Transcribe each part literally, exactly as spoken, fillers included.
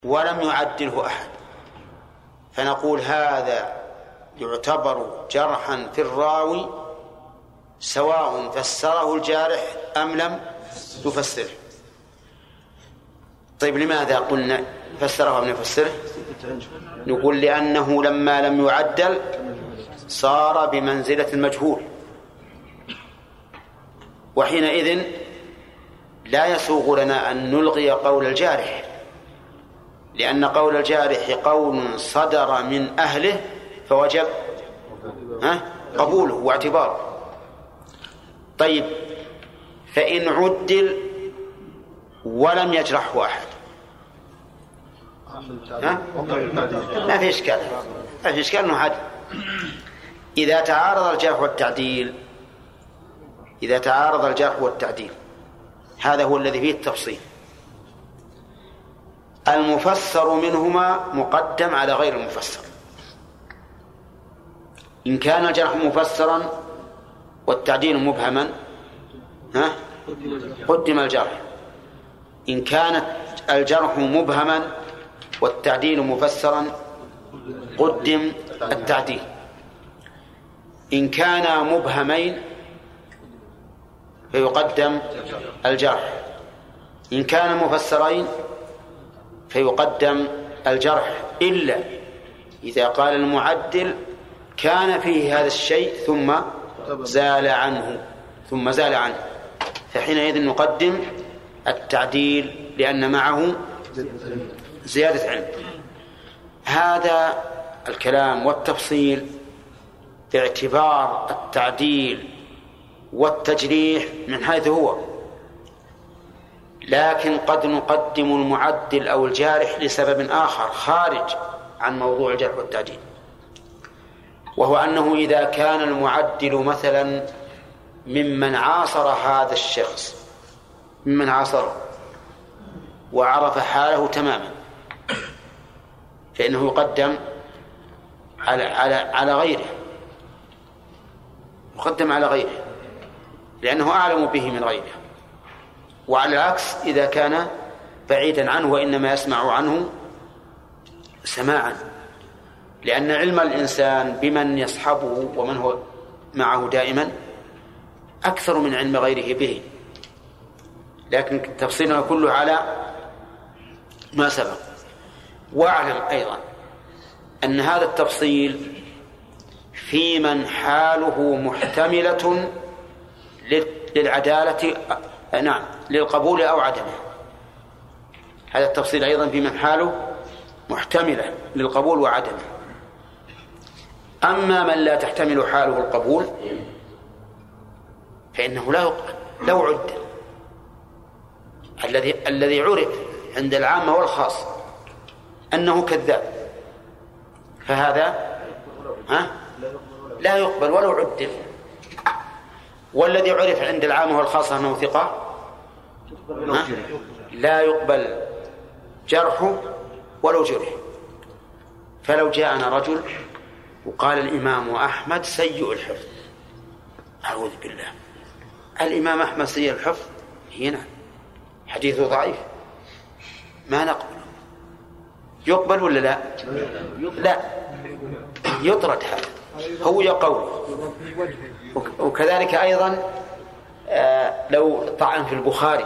ولم يعدله أحد، فنقول هذا يعتبر جرحا في الراوي سواء فسره الجارح أم لم يفسره. طيب لماذا قلنا فسره أم لم يفسره؟ نقول لأنه لما لم يعدل صار بمنزلة المجهول، وحينئذ لا يسوغ لنا أن نلغي قول الجارح، لأن قول الجارح قول صدر من أهله فوجب قبوله واعتباره. طيب فإن عدل ولم يجرحه أحد ما في إشكال، ما في إشكال أنه عدل. إذا تعارض الجرح والتعديل إذا تعارض الجرح والتعديل هذا هو الذي فيه التفصيل. المفسر منهما مقدم على غير المفسر. إن كان الجرح مفسرا والتعديل مبهما ها قدم الجرح، إن كان الجرح مبهما والتعديل مفسرا قدم التعديل. إن كان مبهمين فيقدم الجرح، إن كان مفسرين فيقدم الجرح، إلا إذا قال المعدل كان فيه هذا الشيء ثم زال عنه ثم زال عنه فحينئذ نقدم التعديل لأن معه زيادة علم. هذا الكلام والتفصيل باعتبار التعديل والتجريح من حيث هو، لكن قد نقدم المعدل أو الجارح لسبب آخر خارج عن موضوع الجرح والتعديل، وهو أنه إذا كان المعدل مثلا ممن عاصر هذا الشخص ممن عاصره وعرف حاله تماما فإنه يقدم على على على غيره يقدم على غيره لأنه أعلم به من غيره. وعلى العكس إذا كان بعيدا عنه وإنما يسمع عنه سماعا، لأن علم الإنسان بمن يصحبه ومن هو معه دائما أكثر من علم غيره به، لكن تفصيلنا كله على ما سبق. واعلم أيضا أن هذا التفصيل في من حاله محتملة للعدالة نعم للقبول أو عدمه. هذا التفصيل أيضا في من حاله محتملة للقبول وعدمه. أما من لا تحتمل حاله القبول فإنه لا يقبل لو عد. الذي الذي عرف عند العامة والخاص أنه كذاب فهذا ها لا يقبل ولو عدل، والذي عرف عند العامة والخاصة أنه ثقة لا يقبل جرحه ولو جرح. فلو جاءنا رجل وقال الإمام أحمد سيء الحفظ، أعوذ بالله، الإمام أحمد سيء الحفظ هنا حديثه ضعيف ما نقبل، يقبل ولا لا؟ لا يطرد، هذا هو يقول. وكذلك أيضا لو طعن في البخاري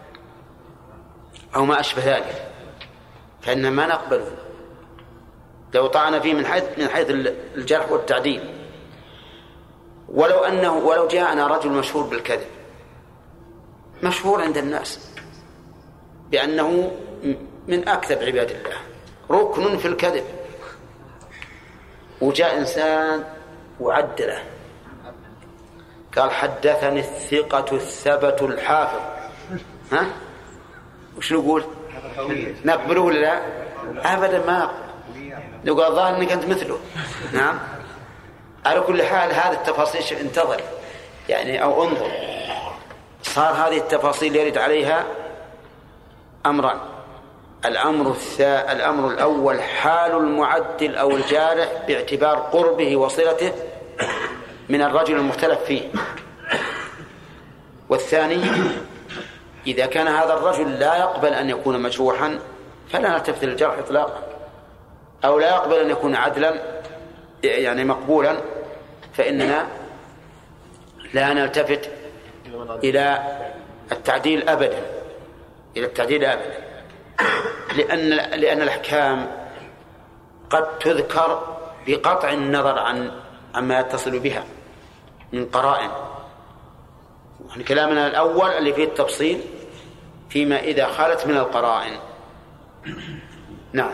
أو ما أشبه ذلك فإن ما نقبله لو طعن فيه من حيث من حيث الجرح والتعديل. ولو أنه ولو جاءنا رجل مشهور بالكذب، مشهور عند الناس بأنه من أكذب عباد الله ركن في الكذب، وجاء إنسان وعدله قال حدثني الثقة الثبت الحافظ، ها وش نقول؟ نقبله ولا لا؟ أبدا ما نقبل، نقول الظاهر أنك أنت مثله. نعم. على كل حال هذه التفاصيل انتظر يعني أو انظر، صار هذه التفاصيل يرد عليها أمران. الأمر الثا الأمر الأول حال المعدل أو الجارح باعتبار قربه وصلته من الرجل المختلف فيه، والثاني إذا كان هذا الرجل لا يقبل أن يكون مجروحا فلا نلتفت للجرح إطلاقا، أو لا يقبل أن يكون عدلا يعني مقبولا، فإننا لا نلتفت إلى التعديل أبدا، إلى التعديل أبدا، لأن لأن الأحكام قد تذكر بقطع النظر عن عما يتصل بها من قرائن. يعني كلامنا الأول اللي فيه التفصيل فيما إذا خالت من القرائن. نعم.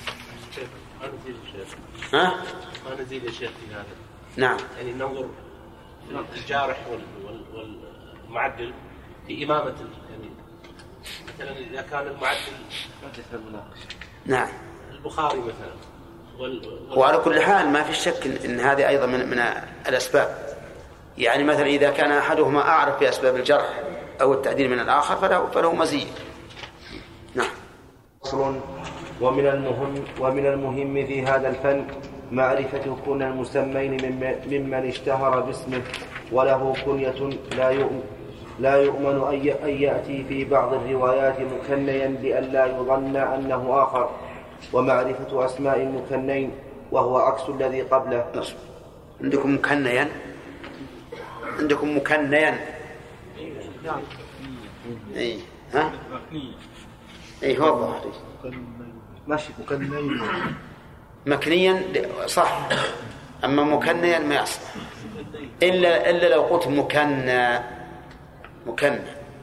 ها؟ ما نزيد يا شيخ في هذا. نعم. يعني ننظر الجارح والمعدل في إمامة، يعني مثلا إذا كان المعدل نعم البخاري مثلا وال... وعلى كل حال ما في شك إن هذه أيضا من, من الأسباب. يعني مثلا إذا كان أحدهما أعرف بأسباب الجرح أو التعديل من الآخر فله, فله مزيد. نعم. ومن المهم ومن المهم في هذا الفن معرفة كون المسمين ممن اشتهر باسمه وله كنية لا يؤمن لا يؤمن أن يأتي في بعض الروايات مكنيا لئلا يظن أنه آخر، ومعرفة أسماء المكنين وهو عكس الذي قبله. عندكم مكنيا عندكم مكنيا اي ها اي هو الظاهر ماشي مكنيا مكنيا صح، اما مكنيا ما يصح الا الا لو قلت مكنى مكنى،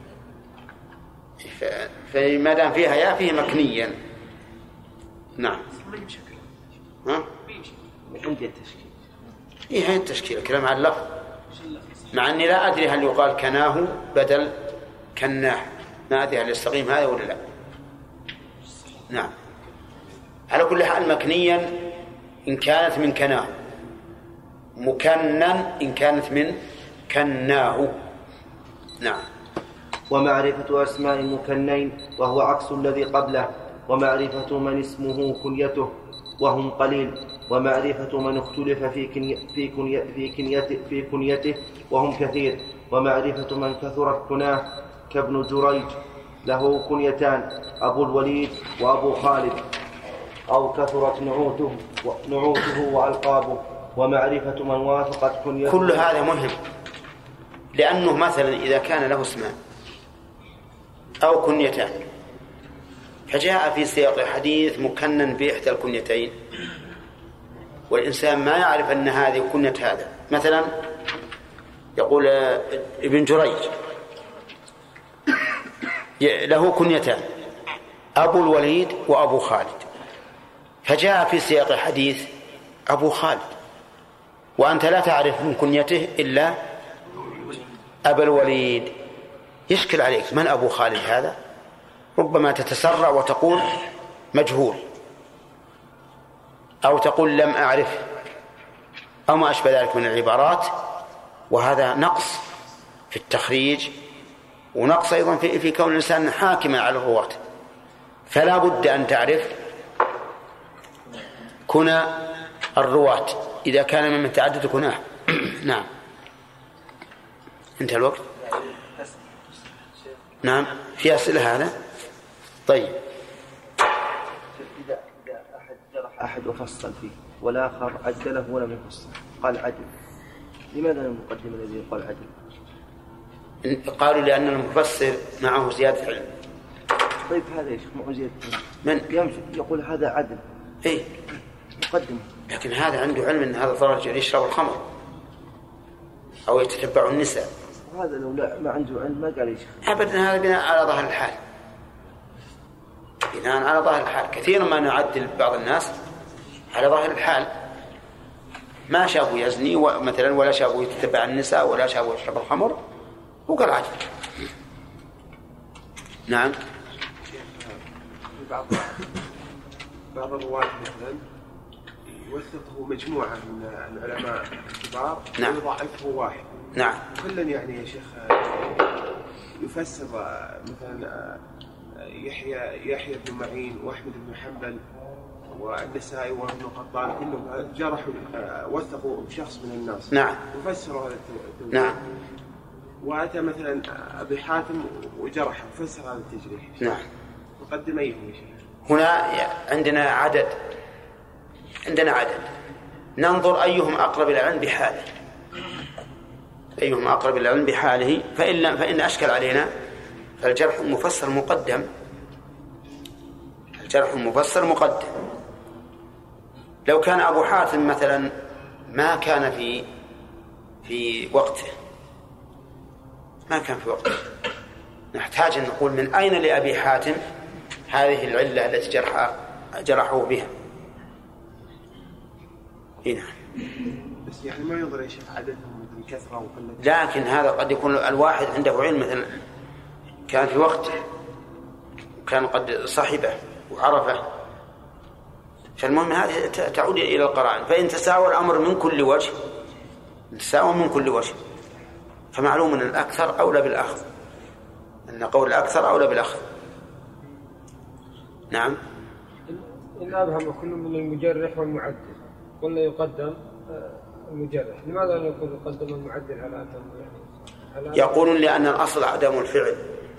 فما دام فيها يا فيه مكنيا. نعم. ها عندي التشكيل ايه هي التشكيل كلام على اللفظ، مع اني لا ادري هل يقال كناه بدل كناه، ما ادري هل يستقيم هذا ولا لا. نعم. على كل حال مكنيا ان كانت من كناه، مكنن ان كانت من كناه. نعم. ومعرفة أسماء المكنين وهو عكس الذي قبله، ومعرفة من اسمه كنيته وهم قليل، ومعرفة من اختلف في كنية في كنية في كنيته في كنيته وهم كثير، ومعرفة من كثرت كناه كابن جريج له كنيتان أبو الوليد وأبو خالد، أو كثرت نعوته نعوته وألقابه، ومعرفة من وافقت كنيته. كل هذا مهم، لأنه مثلا إذا كان له اسمان أو كنيتان فجاء في سياق الحديث مكنن بإحدى الكنيتين والإنسان ما يعرف أن هذه كنية هذا، مثلا يقول ابن جريج له كنيتان أبو الوليد وأبو خالد، فجاء في سياق الحديث أبو خالد وأنت لا تعرف من كنيته إلا أبا الوليد، يشكل عليك من أبو خالد هذا؟ ربما تتسرع وتقول مجهول، أو تقول لم أعرف، أو ما أشبه ذلك من العبارات، وهذا نقص في التخريج ونقص أيضا في, في كون الإنسان حاكما على الرواة. فلا بد أن تعرف كنى الرواة إذا كان ممن تعدد كناه. نعم. انتهى الوقت. نعم. في أسئلة هذا؟ طيب. إذا إذا أحد جرح أحد وفصل فيه والآخر عدله ولم يفصل قال عدل، لماذا المقدم الذي يقال عدل؟ قالوا لأن المفسر معه زيادة علم. طيب هذا يا شيخ معه زيادة علم. من يقول هذا عدل؟ إيه مقدم، لكن هذا عنده علم أن هذا الرجل يشرب الخمر أو يتتبع النساء. وهذا لو لا ما عنده علم ما قال يا شيخ. أبدا، هذا بناء على ظاهر الحال، بناء على ظاهر الحال. كثيرا ما نعدل بعض الناس على ظاهر الحال، ما شافوا يزني مثلا ولا شافوا يتتبع النساء ولا شافوا يشرب الخمر وقال عدل. نعم. بعض بعض الرواة مثلا يوثقه مجموعة من العلماء الكبار نعم. ويضعفه واحد. نعم. كلا يعني يا شيخ يفسر مثلا يحيى يحيى بن معين وأحمد بن حنبل والنسائي وابن قطان كلهم جرحوا وثقوا شخص من الناس. نعم. وفسروا هذا التوثيق. نعم. وأتى مثلا أبي حاتم وجرح وفسر هذا التجريح. نعم. مقدم أيهم يا شيخ؟ هنا عندنا عدد عندنا عدد ننظر أيهم أقرب إلى العلم بحاله أيهم أقرب إلى العلم بحاله فإن, فإن أشكل علينا فالجرح المفسر مقدم الجرح المفسر مقدم. لو كان أبو حاتم مثلا ما كان في في وقته ما كان في وقته نحتاج أن نقول من أين لأبي حاتم هذه العلة التي جرح جرحه بها. هنا بس يعني ما ينظر يا شيخ عددهم بكثرة وقلة، لكن هذا قد يكون الواحد عنده علم مثلا كان في وقته وكان قد صحبه وعرفه، فالمهم هذه تعود إلى القرائن. فإن تساوى الأمر من كل وجه تساوى من كل وجه فمعلوم أن الأكثر أولى بالأخذ، أن قول الأكثر أولى بالأخذ. نعم. إن أبهم كل من المجرح والمعدل ولا يقدم المجرح، لماذا لا يقول يقدم المعدل على أنه؟ يقولون لأن الأصل عدم الفعل،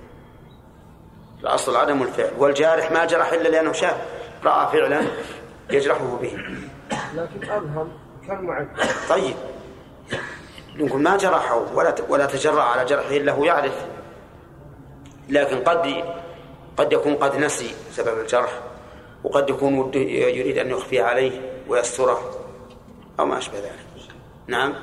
الأصل عدم الفعل، والجارح ما جرح إلا لأنه شاف رأى فعلا يجرحه به. لكن أبهم كالمعدل. طيب نقول ما جرحه ولا ولا تجرأ على جرحه إلا هو يعرف، لكن قد قد يكون قد نسي سبب الجرح، وقد يكون وده يريد أن يخفي عليه ويستره أو ما أشبه ذلك. نعم.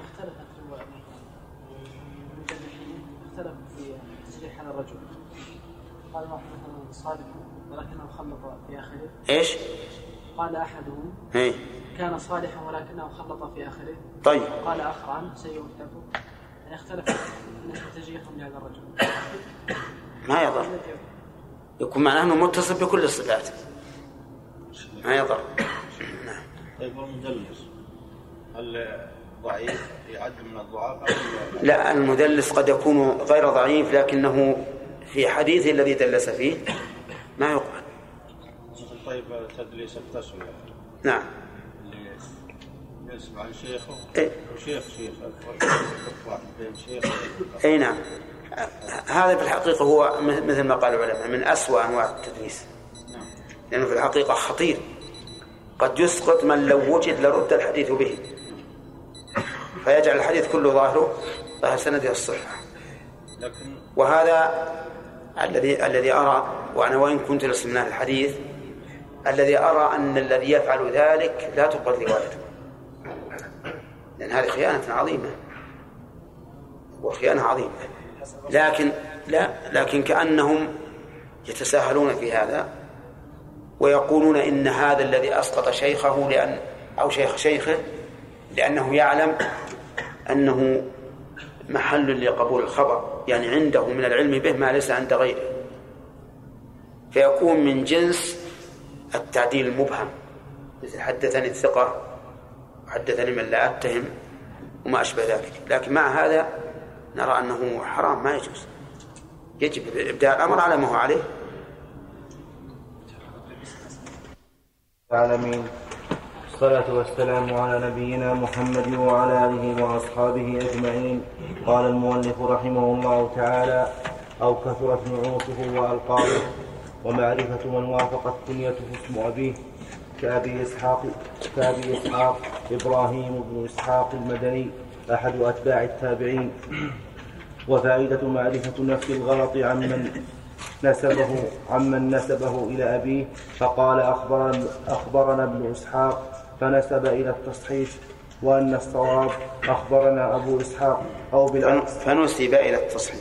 اختلف في تجريح على الرجل، قال واحد مثلا صالح ولكنه خلط في آخره. إيش؟ قال أحدهم هي. كان صالحا ولكنه خلط في آخره. طيب. قال آخر عنه سيء كتابه. يعني اختلف في تجريحهم لهذا الرجل. ما يضر، يكون معناه أنه متصل بكل الصفات ما يضر. نعم. طيب المدلس هل ضعيف يعد من الضعاف؟ لا، المدلس قد يكون غير ضعيف لكنه في حديثه الذي دلس فيه ما يقبل. طيب تدليس التسوية. نعم. اللي يسمع عن شيخه إيه؟ وشيخ شيخ واحد بين شيخ. أي نعم. هذا في الحقيقة هو مثل ما قال العلماء من أسوأ أنواع التدليس، لأنه في الحقيقة خطير، قد يسقط من لو وجد لرد الحديث به، فيجعل الحديث كله ظاهره ظاهر سنده الصحة. وهذا الذي الذي أرى، وأنا وإن كنت لست من أهل الحديث، الذي أرى أن الذي يفعل ذلك لا تقبل روايته، لأن هذه خيانة عظيمة وخيانة عظيمة. لكن لا لكن كأنهم يتساهلون في هذا ويقولون إن هذا الذي أسقط شيخه لأن أو شيخ شيخه لأنه يعلم أنه محل لقبول الخبر، يعني عنده من العلم به ما ليس عند غيره، فيكون من جنس التعديل المبهم، مثل حدثني الثقة وحدثني من لا أتهم وما أشبه ذلك. لكن مع هذا نرى أنه حرام، ما يجوز، يجب إبداء الأمر على ما هو عليه. العالمين، الصلاة والسلام على نبينا محمد وعلى آله وأصحابه أجمعين. قال المؤلف رحمه الله تعالى: أو كثرت نعوته وألقابه ومعرفة من وافقت كنيته اسم أبيه كأبي إسحاق كأبي إسحاق إبراهيم بن إسحاق المدني أحد أتباع التابعين. وفائدة معرفة نفي الغلط عمن نسبه عمن نسبه إلى أبيه، فقال أخبرنا, أخبرنا ابن إسحاق فنسب إلى التصحيح، وأن الصواب أخبرنا أبو إسحاق أو بالعكس فنسب إلى التصحيح.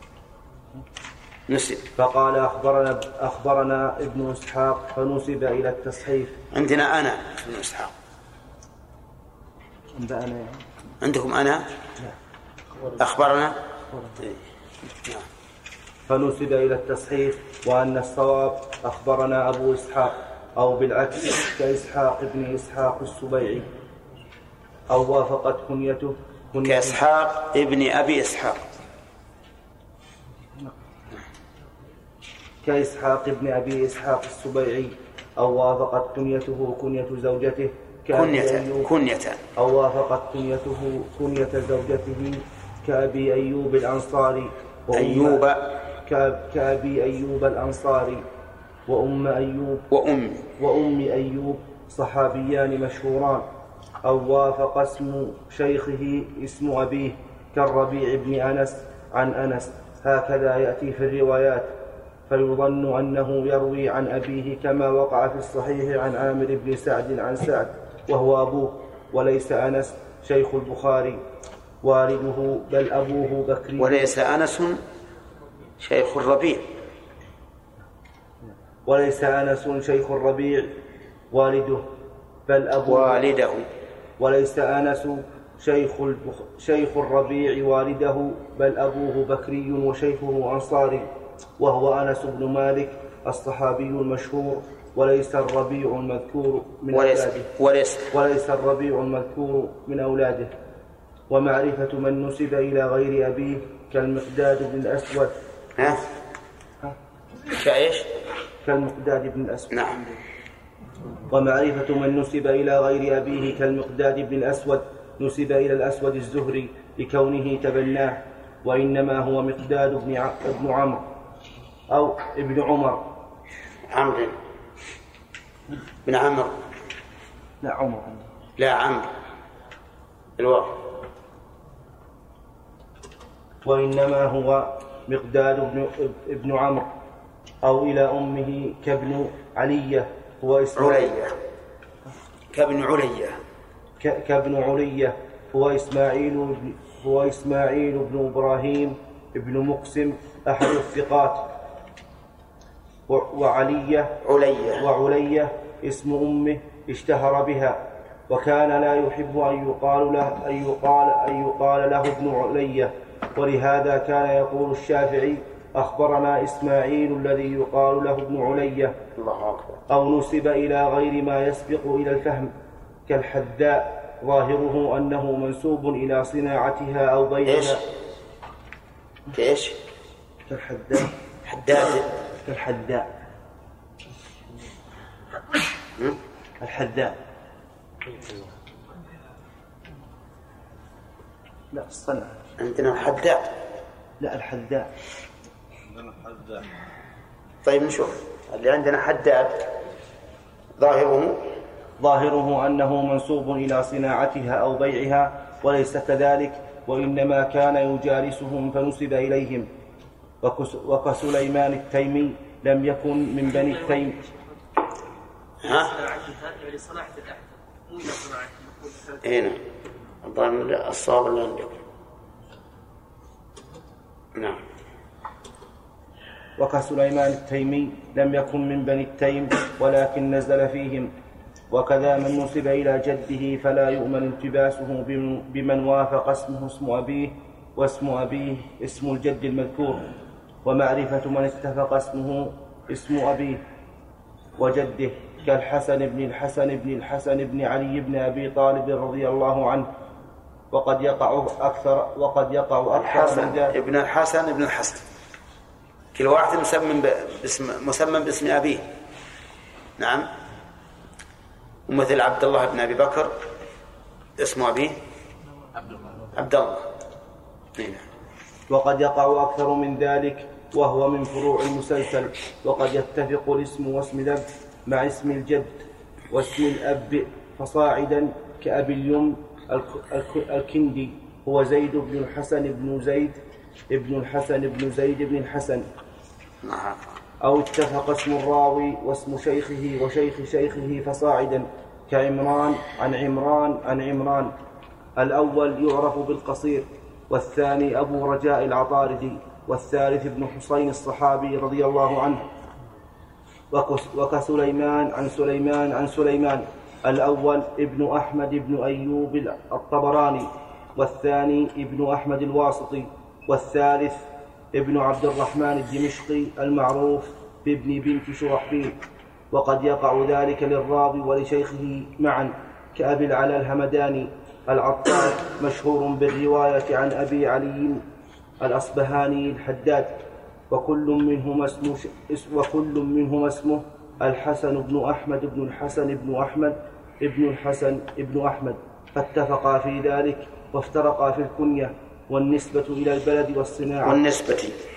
نسب. فقال أخبرنا أخبرنا ابن إسحاق فنسب إلى التصحيح. عندنا أنا ابن إسحاق، عندنا عندكم أنا أخبرنا فنسب إلى التصحيح، وأن الصواب أخبرنا أبو إسحاق أو بالعكس كإسحاق ابن إسحاق السبيعي أو وافقت كنيته كإسحاق ابن أبي إسحاق كإسحاق ابن أبي إسحاق السبيعي أو وافقت كنيته كنية زوجته كنية كنية أو وافقت كنيته كنية زوجته كأبي أيوب الأنصاري أيوب كأبي أيوب الأنصاري وأم أيوب وأم وأم أيوب صحابيان مشهوران، أو وافق اسم شيخه اسم أبيه كالربيع بن أنس عن أنس، هكذا يأتي في الروايات. فيظن أنه يروي عن أبيه كما وقع في الصحيح عن عامر بن سعد عن سعد وهو أبوه، وليس أنس شيخ البخاري والده بل أبوه بكري. وليس أنس شيخ الربيع وليس أنس شيخ الربيع والده بل أبوه والده وليس أنس شيخ, البخ... شيخ الربيع والده بل أبوه بكري وشيخه أنصاري، وهو أنس بن مالك الصحابي المشهور، وليس الربيع المذكور من وليس أولاده وليس وليس الربيع المذكور من أولاده. ومعرفة من نسب إلى غير أبيه كالمقداد بن الأسود. ها؟ كايش؟ كالمقداد بن الأسود. نعم. ومعرفة من نسب إلى غير أبيه كالمقداد بن الأسود نسب إلى الأسود الزهري لكونه تبناه، وإنما هو مقداد بن ع... ابن عمرو أو ابن عمر عمرو بن عمرو لا عمر لا عمرو الواو وإنما هو مقداد بن ابن عمرو أو إلى أمه كابن علية هو اسمه علية كابن علية ك... كابن علية هو إسماعيل هو إسماعيل بن إبراهيم ابن مقسم أحد الثقات. وعلية علية وعلية اسم أمه اشتهر بها، وكان لا يحب أن يقال له أن يقال أن يقال له ابن علية، ولهذا كان يقول الشافعي أخبرنا إسماعيل الذي يقال له ابن علية. الله أكبر. أو نسب إلى غير ما يسبق إلى الفهم كالحداء، ظاهره أنه منسوب إلى صناعتها أو بيعها. إيش؟ إيش؟ كالحداء حداد كالحداء الحداء لا الصنعة عندنا الحداد لا الحداء طيب نشوف اللي عندنا حداد ظاهره ظاهره أنه منسوب إلى صناعتها أو بيعها، وليس كذلك، وإنما كان يجالسهم فنسب إليهم. وكسليمان التيمي لم يكن من بني التيم. ها؟ يعني صناعة الأحد مو إلى صناعة هنا الظاهر الصواب اللي عندك. نعم. وكسليمان التيمي لم يكن من بني التيم ولكن نزل فيهم. وكذا من نسب إلى جده فلا يؤمن التباسه بمن وافق اسمه اسم أبيه واسم أبيه اسم الجد المذكور، ومعرفة من اتفق اسمه اسم أبيه وجده كالحسن بن الحسن بن الحسن بن علي بن أبي طالب رضي الله عنه. وقد يقع أكثر وقد يقع أكثر من ذلك. ابن الحسن ابن الحسن كل واحد مسمى باسم مسمى باسم أبيه. نعم. ومثل عبد الله بن أبي بكر اسم أبيه عبد الله. نعم. وقد يقع أكثر من ذلك وهو من فروع المسلسل، وقد يتفق الاسم واسم الأب مع اسم الجد واسم الأب فصاعدا كأبي اليم الكندي هو زيد بن الحسن بن زيد ابن الحسن بن زيد بن الحسن. أو اتفق اسم الراوي واسم شيخه وشيخ شيخه فصاعدا كعمران عن عمران عن عمران. الأول يعرف بالقصير، والثاني أبو رجاء العطاردي، والثالث ابن حسين الصحابي رضي الله عنه. وكسليمان عن سليمان عن سليمان. الأول ابن أحمد بن أيوب الطبراني، والثاني ابن أحمد الواسطي، والثالث ابن عبد الرحمن الدمشقي المعروف بابن بنت شرحبيل. وقد يقع ذلك للراوي ولشيخه معا كأبي العلا الهمداني العطار مشهور بالرواية عن أبي علي الأصبهاني الحداد، وكل منهما اسمه وكل منهما اسمه الحسن بن أحمد بن الحسن بن أحمد ابن الحسن ابن أحمد، فاتفقا في ذلك وافترقا في الكنية والنسبة إلى البلد والصناعة والنسبة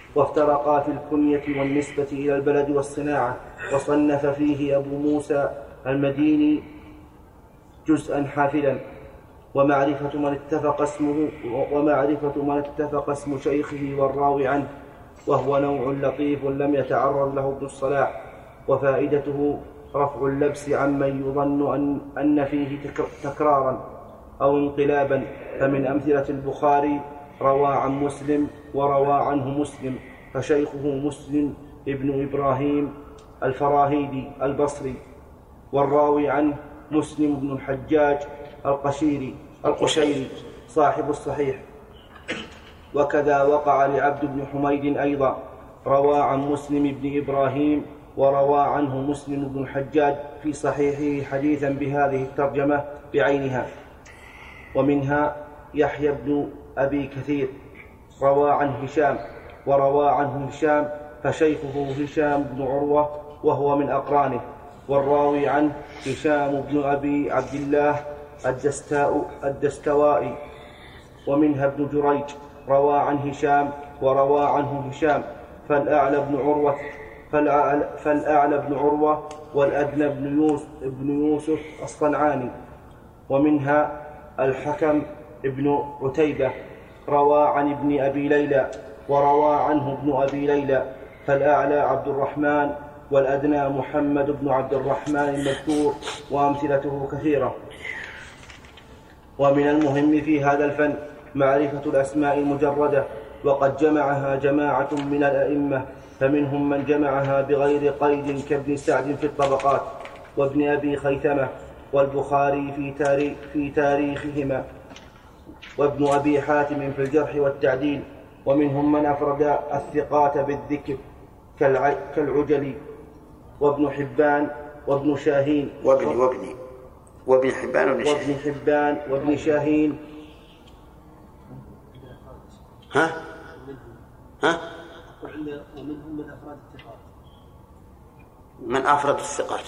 وافترقا في الكنية والنسبة إلى البلد والصناعة. وصنف فيه أبو موسى المديني جزءا حافلا ومعرفة من اتفق اسمه ومعرفة من اتفق اسم شيخه والراوي عنه، وهو نوع لطيف لم يتعرض له ابن الصلاح. وفائدته رفع اللبس عمن يظن أن, أن فيه تكرارا أو انقلابا. فمن أمثلة البخاري: روى عن مسلم وروى عنه مسلم، فشيخه مسلم ابن إبراهيم الفراهيدي البصري، والراوي عنه مسلم بن الحجاج القشيري القشيري صاحب الصحيح. وكذا وقع لعبد بن حميد أيضا، روى عن مسلم بن إبراهيم وروى عنه مسلم بن الحجاج في صحيحه حديثا بهذه الترجمة بعينها. ومنها يحيى بن أبي كثير، روى عن هشام وروى عنه هشام، فشيخه هشام بن عروة وهو من أقرانه، والراوي عنه هشام بن أبي عبد الله الدستاء الدستوائي. ومنها ابن جريج، روى عن هشام وروى عنه هشام، فالأعلى بن عروة فالأعلى, فالأعلى بن عروة والأدنى بن يوسف, بن يوسف الصنعاني. ومنها الحكم ابن عتيبة، روى عن ابن أبي ليلى وروى عنه ابن أبي ليلى، فالأعلى عبد الرحمن والأدنى محمد بن عبد الرحمن المذكور، وأمثلته كثيرة. ومن المهم في هذا الفن معرفة الأسماء المجردة، وقد جمعها جماعة من الأئمة، فمنهم من جمعها بغير قيد كابن سعد في الطبقات وابن أبي خيثمة والبخاري في, تاريخ في تاريخهما، وابن أبي حاتم في الجرح والتعديل. ومنهم من أفرد الثقات بالذكر كالعجلي وابن حبان وابن شاهين وابن وابن وابن حبان وابن وابن حبان وابن شاهين. ها ها ومنهم من أفراد الثقات من أفرد الثقات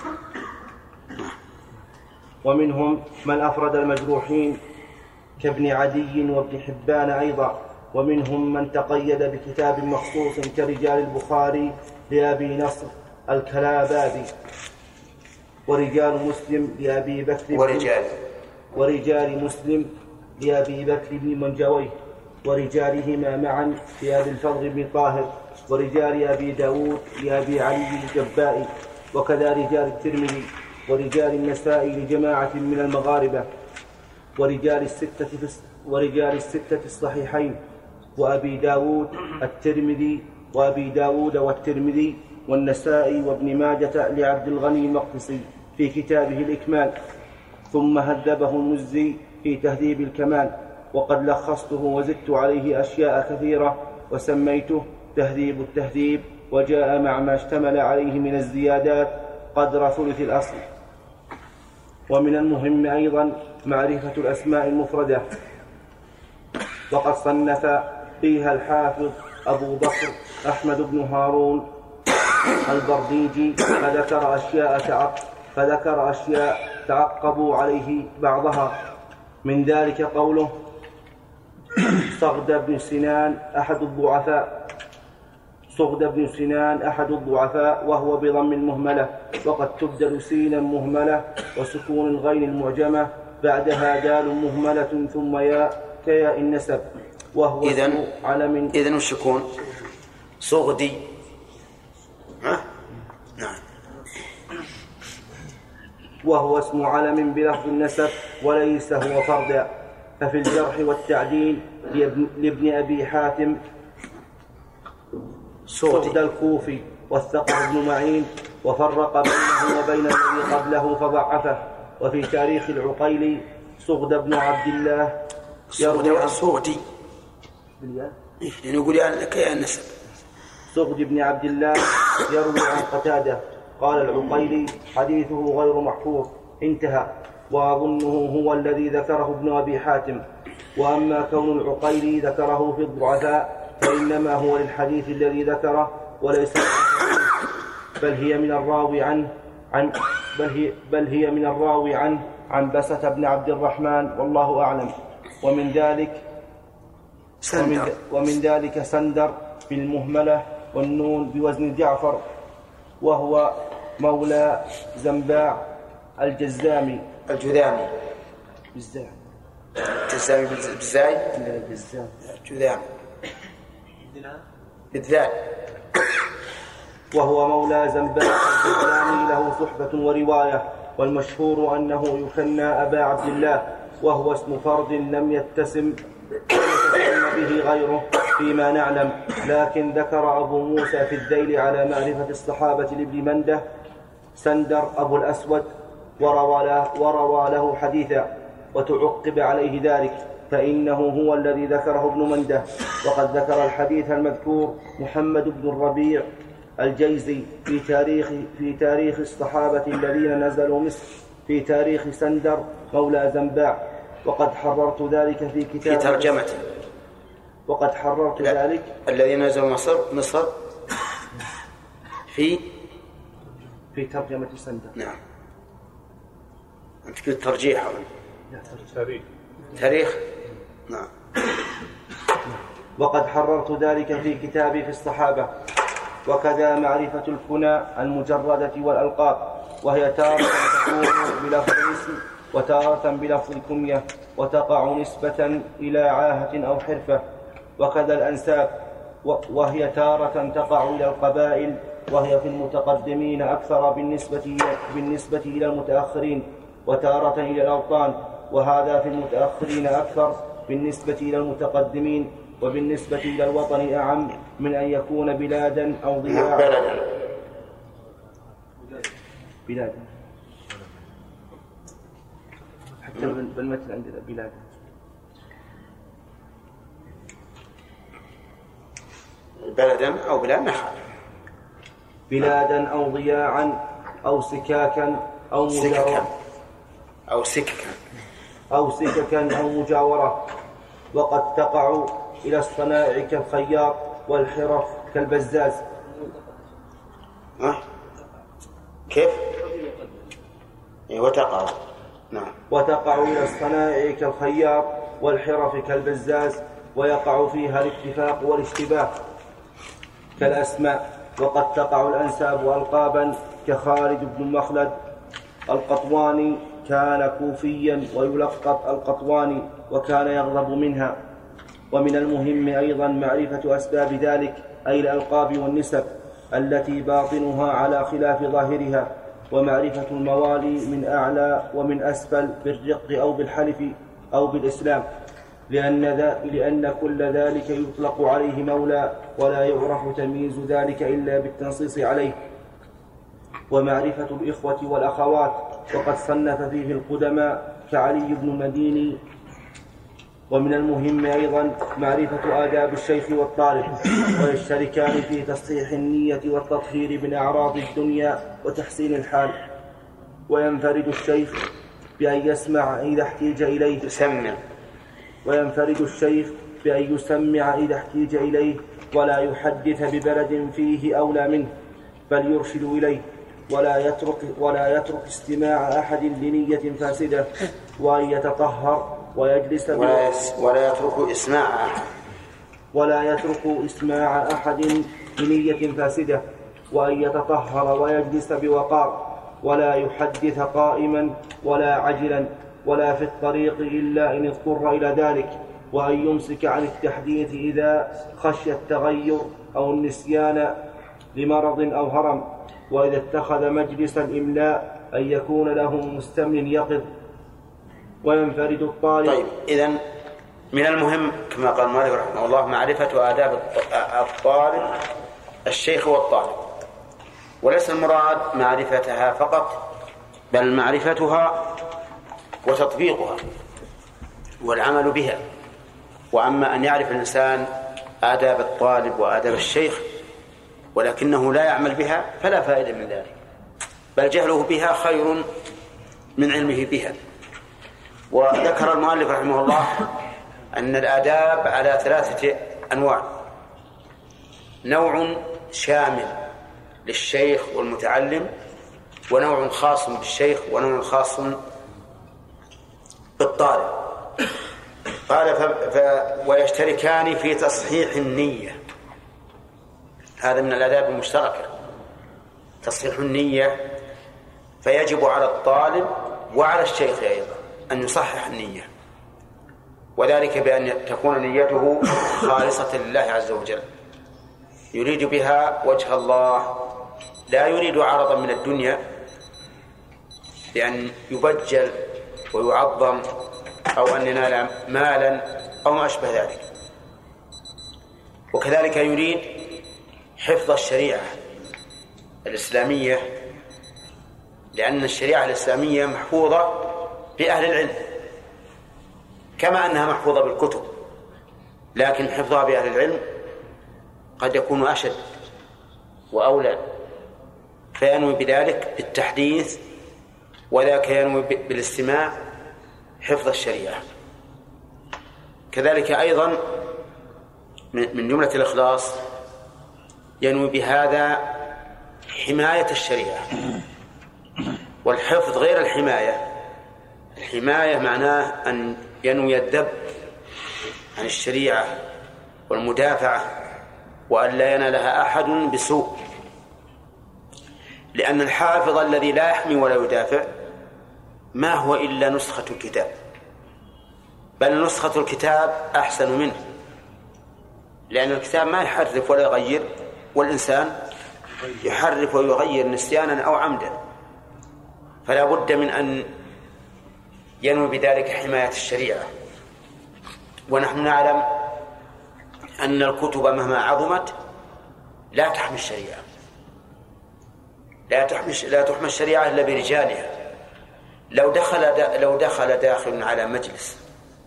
ومنهم من أفرد المجروحين كابن عدي وابن حبان أيضا. ومنهم من تقيد بكتاب مخصوص كرجال البخاري لأبي نصر الكلابابي، ورجال مسلم لأبي بكر ورجال ورجال مسلم لأبي بكر بن منجويه، ورجالهما معا لأبي الفضل بن طاهر، ورجال أبي داود لأبي علي الجبائي، وكذا رجال الترمذي ورجال النسائي لجماعة من المغاربة، ورجال الستة في ورجال الستة الصحيحين، وأبي داود الترمذي وأبي داود والترمذي والنسائي وابن ماجة لعبد الغني المقدسي في كتابه الإكمال. ثم هذبه المزي في تهذيب الكمال، وقد لخصته وزدت عليه أشياء كثيرة وسميته تهذيب التهذيب، وجاء مع ما اشتمل عليه من الزيادات قدر ثلث الأصل. ومن المهم أيضا معرفة الأسماء المفردة، وقد صنف فيها الحافظ أبو بكر أحمد بن هارون البرديجي فذكر أشياء تعق فذكر أشياء تعقبوا عليه بعضها، من ذلك قوله صغد بن سنان أحد الضعفاء صغد بن سنان أحد الضعفاء وهو بضم المهملة، وقد تبدل سينا مهملة وسكون الغين المعجمة بعدها دال مهملة ثم ياء كياء النسب، وهو إذن علم إذن السكون صغدي. ها نعم. وهو اسم علم بلفظ النسب وليس هو فردا. ففي الجرح والتعديل لابن أبي حاتم صغد الكوفي والثقل بن معين، وفرق بينه وبين الذي قبله فضعفه. وفي تاريخ العقيلي صغد بن عبد الله يروي عن صغدي يقول لك يا النسب صغد بن عبد الله يروي عن قتادة. قال العقيلي حديثه غير محفوظ انتهى، وأظنه هو الذي ذكره ابن أبي حاتم. وأما كون العقيلي ذكره في الضعفاء فإنما هو للحديث الذي ذكره وليس بل هي من الراوي عنه عن بل هي, بل هي من الراوي عنه عن بسة بن عبد الرحمن، والله أعلم. ومن ذلك ومن, ومن ذلك سندر بالمهملة والنون بوزن جعفر، وهو مولى زنباع الجزامي الجذامي بالزاي الجزامي بالزاي بالزاي جذامي بالذال، وهو مولى زنباع الجزامي له صحبة ورواية، والمشهور أنه يكنى أبا عبد الله، وهو اسم فرد لم يتسم به غيره فيما نعلم، لكن ذكر أبو موسى في الذيل على معرفة الصحابة لابن منده سندر أبو الأسود وروى له, وروى له حديثا، وتعقب عليه ذلك فإنه هو الذي ذكره ابن منده. وقد ذكر الحديث المذكور محمد بن الربيع الجيزي في تاريخ في تاريخ الصحابة الذين نزلوا مصر في تاريخ سندر مولى زنباع، وقد حررت ذلك في كتاب في ترجمته. وقد حررت ذلك الذين نزلوا مصر مصر في في ترجمة سندر. نعم. أنت قلت ترجيح تاريخ تاريخ نعم. وقد حررت ذلك في كتابي في الصحابة. وكذا معرفة الكنى المجردة والألقاب، وهي تارة تكون بلفظ الاسم وتارة بلفظ الكنية، وتقع نسبة إلى عاهة أو حرفة. وكذا الأنساب، وهي تارة تقع إلى القبائل، وهي في المتقدمين أكثر بالنسبة بالنسبة إلى المتأخرين، وتارة إلى الأوطان، وهذا في المتأخرين أكثر بالنسبة إلى المتقدمين، وبالنسبة إلى الوطن أعم من أن يكون بلادا أو ضياعا. بلادا حتى بالمثل عندنا بلادا. بلدا أو بلاد نخل. بلادا أو ضياعا أو سكاكا أو مجاورة أو سككا أو سككا أو مجاورة. وقد تقع إلى الصنائع كالخياط، والحرف كالبزاز. أه؟ كيف؟ وتقع نعم. وتقع إلى الصنائع كالخياط والحرف كالبزاز، ويقع فيها الاتفاق والاشتباه كالأسماء. وقد تقع الأنساب ألقابا كخالد بن مخلد القطواني كان كوفيا ويلقب القطواني وكان يغضب منها. ومن المهم أيضا معرفة أسباب ذلك، أي الألقاب والنسب التي باطنها على خلاف ظاهرها، ومعرفة الموالي من أعلى ومن أسفل بالرق أو بالحلف أو بالإسلام، لأن, لأن كل ذلك يطلق عليه مولى، ولا يعرف تمييز ذلك إلا بالتنصيص عليه. ومعرفة الإخوة والأخوات، وقد صنف فيه القدماء كعلي بن المديني. ومن المهم أيضا معرفة آداب الشيخ والطالب، ويشتركان في تصحيح النية والتطهير من أعراض الدنيا وتحسين الحال. وينفرد الشيخ بأن يسمع إذا احتيج إليه يسمع وينفرد الشيخ بأن يسمع إذا احتيج إليه، ولا يحدث ببلد فيه أولى منه، بل يرشد إليه، ولا يترك, ولا يترك استماع أحد لنية فاسدة، وأن يتطهر ويجلس ولا, يس ولا يترك إسماع أحد ولا يترك إسماع أحد بنية فاسدة، وأن يتطهر ويجلس بوقار، ولا يحدث قائما ولا عجلا ولا في الطريق إلا إن اضطر إلى ذلك، وأن يمسك عن التحديث إذا خشي التغير أو النسيان لمرض أو هرم، وإذا اتخذ مجلس الإملاء أن يكون له مستمن يقظ. وينفرد الطالب. طيب، إذن من المهم كما قال المؤلف رحمه الله معرفة آداب الطالب الشيخ والطالب، وليس المراد معرفتها فقط، بل معرفتها وتطبيقها والعمل بها. وأما أن يعرف الإنسان آداب الطالب وآداب الشيخ ولكنه لا يعمل بها فلا فائدة من ذلك، بل جهله بها خير من علمه بها. وذكر المؤلف رحمه الله أن الآداب على ثلاثة أنواع: نوع شامل للشيخ والمتعلم، ونوع خاص بالشيخ، ونوع خاص بالطالب. قال ف... ف... ويشتركان في تصحيح النية. هذا من الآداب المشتركة تصحيح النية، فيجب على الطالب وعلى الشيخ أيضا أن يصحح النية، وذلك بأن تكون نيته خالصة لله عز وجل، يريد بها وجه الله، لا يريد عرضا من الدنيا بأن يبجل ويعظم أو أن ينال مالا أو ما أشبه ذلك. وكذلك يريد حفظ الشريعة الإسلامية، لأن الشريعة الإسلامية محفوظة بأهل العلم كما أنها محفوظة بالكتب، لكن حفظها بأهل العلم قد يكون أشد وأولى، فينوي بذلك بالتحديث، وذاك ينوي بالاستماع حفظ الشريعة. كذلك أيضا من جملة الإخلاص ينوي بهذا حماية الشريعة، والحفظ غير الحماية. الحماية معناه أن ينوي الذب عن الشريعة والمدافعة، وأن لا ينالها أحد بسوء، لأن الحافظ الذي لا يحمي ولا يدافع ما هو إلا نسخة الكتاب، بل نسخة الكتاب أحسن منه، لأن الكتاب ما يحرف ولا يغير، والإنسان يحرف ويغير نسيانا أو عمدا، فلا بد من أن ينوي بذلك حماية الشريعة. ونحن نعلم أن الكتب مهما عظمت لا تحمي الشريعة، لا تحمي لا تحمي الشريعة إلا برجالها. لو دخل دا لو دخل داخل على مجلس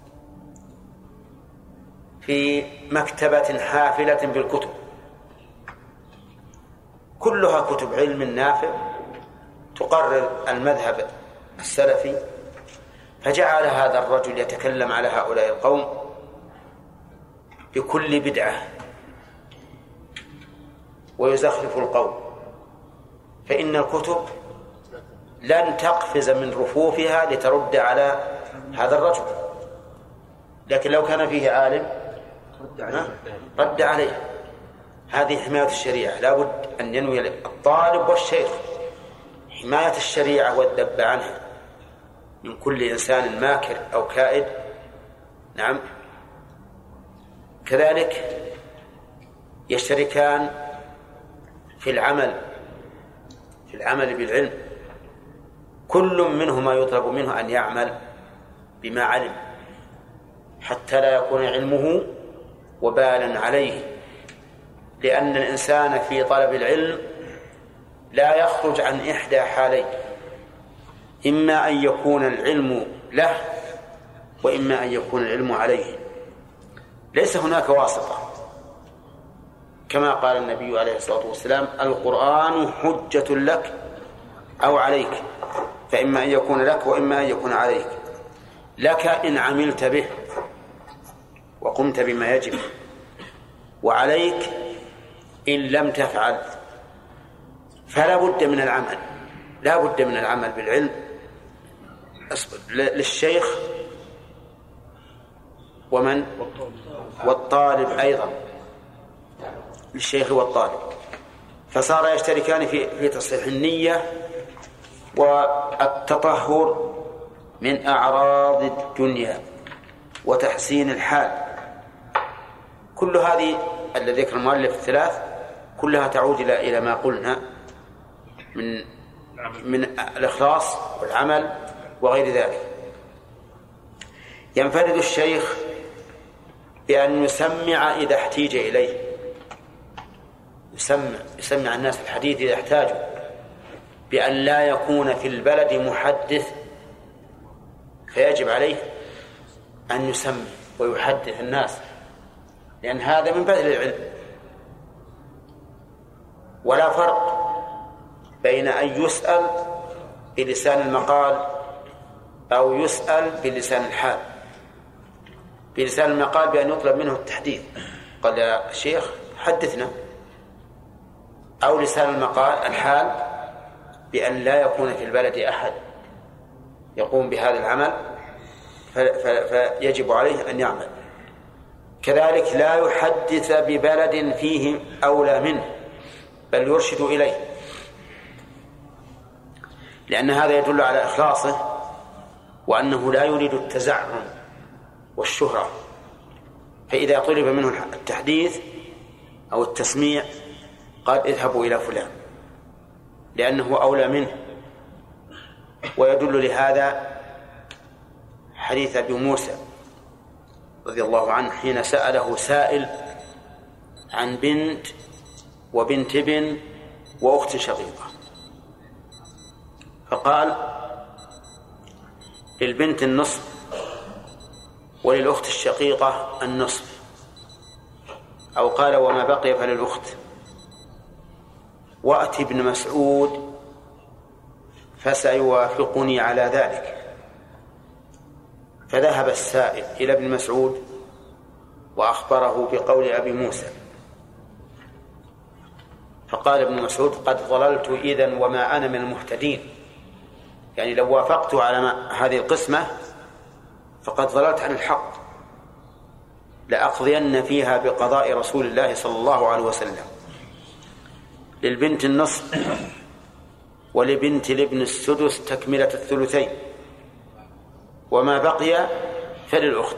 في مكتبة حافلة بالكتب كلها كتب علم نافع تقرر المذهب السلفي، فجعل هذا الرجل يتكلم على هؤلاء القوم بكل بدعة ويزخرف القول، فإن الكتب لن تقفز من رفوفها لترد على هذا الرجل، لكن لو كان فيه عالم رد عليه. هذه حماية الشريعة، لا بد أن ينوي الطالب والشيخ حماية الشريعة والذب عنها من كل إنسان ماكر أو كائد. نعم. كذلك يشتركان في العمل في العمل بالعلم، كل منهما يطلب منه أن يعمل بما علم حتى لا يكون علمه وبالا عليه، لأن الإنسان في طلب العلم لا يخرج عن إحدى حالين: إما أن يكون العلم له، وإما أن يكون العلم عليه، ليس هناك واسطة، كما قال النبي عليه الصلاة والسلام: القرآن حجة لك أو عليك، فإما أن يكون لك وإما أن يكون عليك. لك إن عملت به وقمت بما يجب، وعليك إن لم تفعل. فلا بد من العمل، لا بد من العمل بالعلم للشيخ ومن والطالب أيضا، للشيخ والطالب. فصار يشتركان في في تصحيح النية والتطهر من أعراض الدنيا وتحسين الحال. كل هذه الذي ذكر المؤلف الثلاث كلها تعود إلى إلى ما قلنا من من الإخلاص والعمل وغير ذلك. ينفرد الشيخ بأن يسمع إذا احتيج إليه، يسمع يسمع الناس الحديث إذا احتاجوا، بأن لا يكون في البلد محدث، فيجب عليه أن يسمع ويحدث الناس، لأن هذا من بذل العلم. ولا فرق بين أن يسأل بلسان المقال أو يسأل بلسان الحال. بلسان المقال بأن يطلب منه التحديث، قال يا شيخ حدثنا، أو لسان المقال الحال بأن لا يكون في البلد أحد يقوم بهذا العمل فيجب عليه أن يعمل. كذلك لا يحدث ببلد فيه أولى منه، بل يرشد إليه، لأن هذا يدل على إخلاصه وأنه لا يريد التزعم والشهرة. فإذا طلب منه التحديث أو التسميع قال اذهبوا إلى فلان لأنه أولى منه. ويدل لهذا حديث أبي موسى رضي الله عنه حين سأله سائل عن بنت وبنت ابن وأخت شقيقة، فقال للبنت النصف وللأخت الشقيقة النصف، أو قال وما بقي فللأخت. وأتي ابن مسعود فسيوافقني على ذلك. فذهب السائل إلى ابن مسعود وأخبره بقول أبي موسى، فقال ابن مسعود قد ضللت إذن وما أنا من المهتدين، يعني لو وافقت على هذه القسمة فقد ضللت عن الحق، لأقضين فيها بقضاء رسول الله صلى الله عليه وسلم. للبنت النصف ولبنت الابن السدس تكملة الثلثين، وما بقي فللأخت،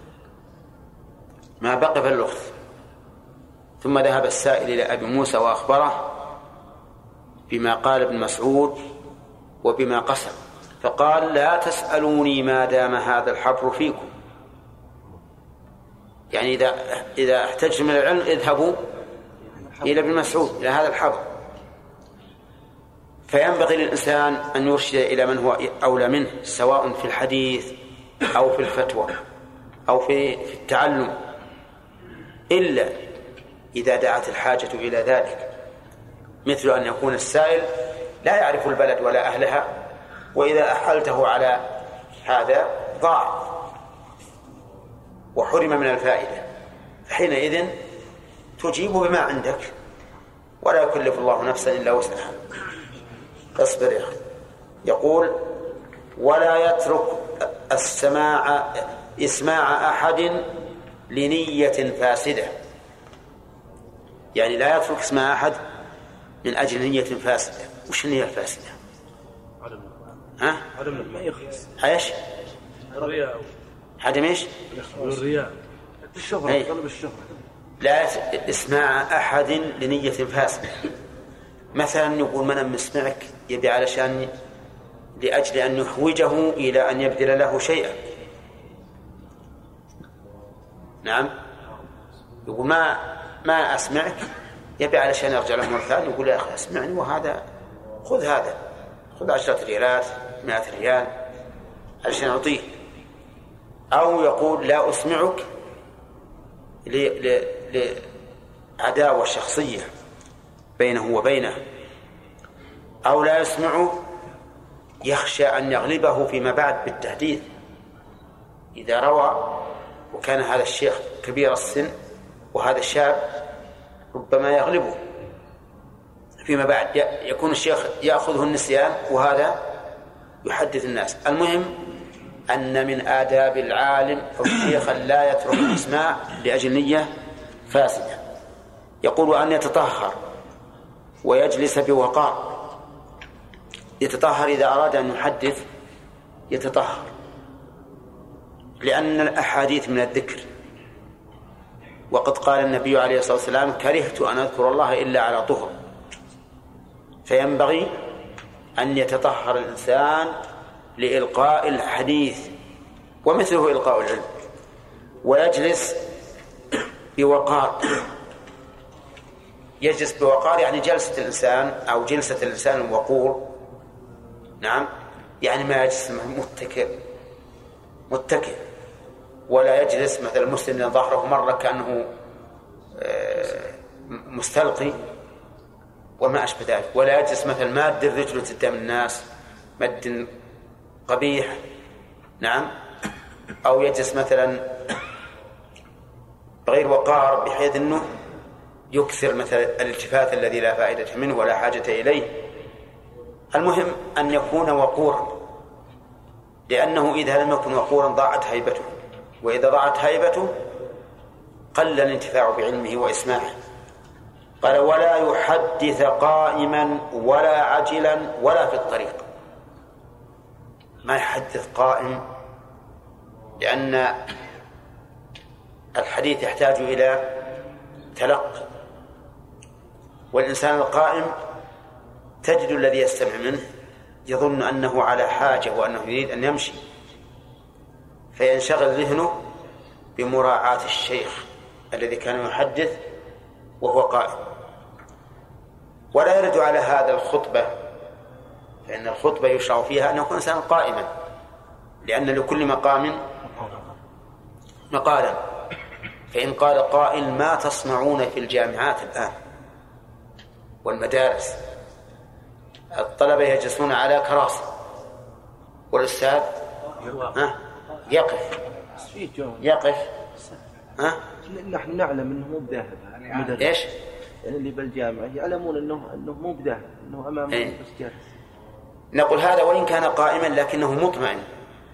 ما بقي فللأخت. ثم ذهب السائل إلى أبي موسى وأخبره بما قال ابن مسعود وبما قسم، فقال لا تسألوني ما دام هذا الحبر فيكم، يعني إذا إذا احتجتم من العلم اذهبوا إلى ابن مسعود إلى هذا الحبر. فينبغي للإنسان أن يرشد إلى من هو أولى منه، سواء في الحديث أو في الفتوى أو في في التعلم، إلا إذا دعت الحاجة إلى ذلك، مثل أن يكون السائل لا يعرف البلد ولا أهلها، وإذا أحلته على هذا ضاع وحرم من الفائدة، حينئذ تجيب بما عندك ولا يكلف الله نفسا إلا وسعها. اصبر يا أخي. يقول ولا يترك السماع إسماع أحد لنية فاسدة، يعني لا يترك اسماع أحد من أجل نية فاسدة. وش النية الفاسدة؟ ها؟ عدم ما يخلص. ايش؟ الرياء. عدم ايش؟ الرياء. الشهرة، طلب الشهرة. لا اسماع أحد لنية فاسدة. مثلا يقول من مسمعك يبي علشان لأجل أن يحوجه إلى أن يبذل له شيئا. نعم، يقول ما ما أسمعك يبي علشان يرجع له مرة ثانية، يقول يا أخي أسمعني وهذا خذ هذا خذ عشرة ريالات مئة ريال علشان أعطيه. أو يقول لا أسمعك لعداوة شخصية بينه وبينه، أو لا يسمعه يخشى أن يغلبه فيما بعد بالتهديد. إذا روى وكان هذا الشيخ كبير السن وهذا الشاب ربما يغلبه فيما بعد، يكون الشيخ يأخذه النسيان وهذا يحدث الناس. المهم أن من آداب العالم أو الشيخ لا يترك الإسماع لأجل نية فاسدة. يقول أن يتطهر ويجلس بوقار. يتطهر إذا أراد أن يحدث يتطهر، لأن الأحاديث من الذكر، وقد قال النبي عليه الصلاة والسلام كرهت أن أذكر الله إلا على طهر. فينبغي أن يتطهر الإنسان لإلقاء الحديث ومثله إلقاء العلم، ويجلس بوقار. يجلس بوقار يعني جلسة الإنسان أو جلسة الإنسان الوقور. نعم، يعني ما يجلس متكئ متكئ ولا يجلس مثل المسلم ظهره مرة كأنه مستلقي وما أشبه ذلك، ولا يجلس مثل ماد الرجل قدام الناس مد قبيح. نعم، أو يجلس مثلا بغير وقار بحيث أنه يكثر مثل الالتفات الذي لا فائدة منه ولا حاجة إليه. المهم أن يكون وقورا، لأنه إذا لم يكن وقورا ضاعت هيبته، وإذا ضاعت هيبته قل الانتفاع بعلمه وإسماعه. قال ولا يحدث قائما ولا عجلا ولا في الطريق. ما يحدث قائم لأن الحديث يحتاج إلى تلقي، والإنسان القائم تجد الذي يستمع منه يظن أنه على حاجة وأنه يريد أن يمشي، فينشغل ذهنه بمراعاة الشيخ الذي كان يحدث وهو قائم. ولا يرد على هذا الخطبة، فإن الخطبة يشرع فيها أن يكون إنسان قائما، لأن لكل مقام مقالا. فإن قال قائل ما تصنعون في الجامعات الآن والمدارس؟ الطلبة يجلسون على كراسي والأستاذ يقف يقف ها؟ نحن نعلم أنه مو بذاهب. إيش؟ يعني اللي بالجامعة يعلمون أنه أنه مو بذاهب، أنه أمامه إيه؟ بس جالس. نقول هذا وإن كان قائما لكنه مطمئن،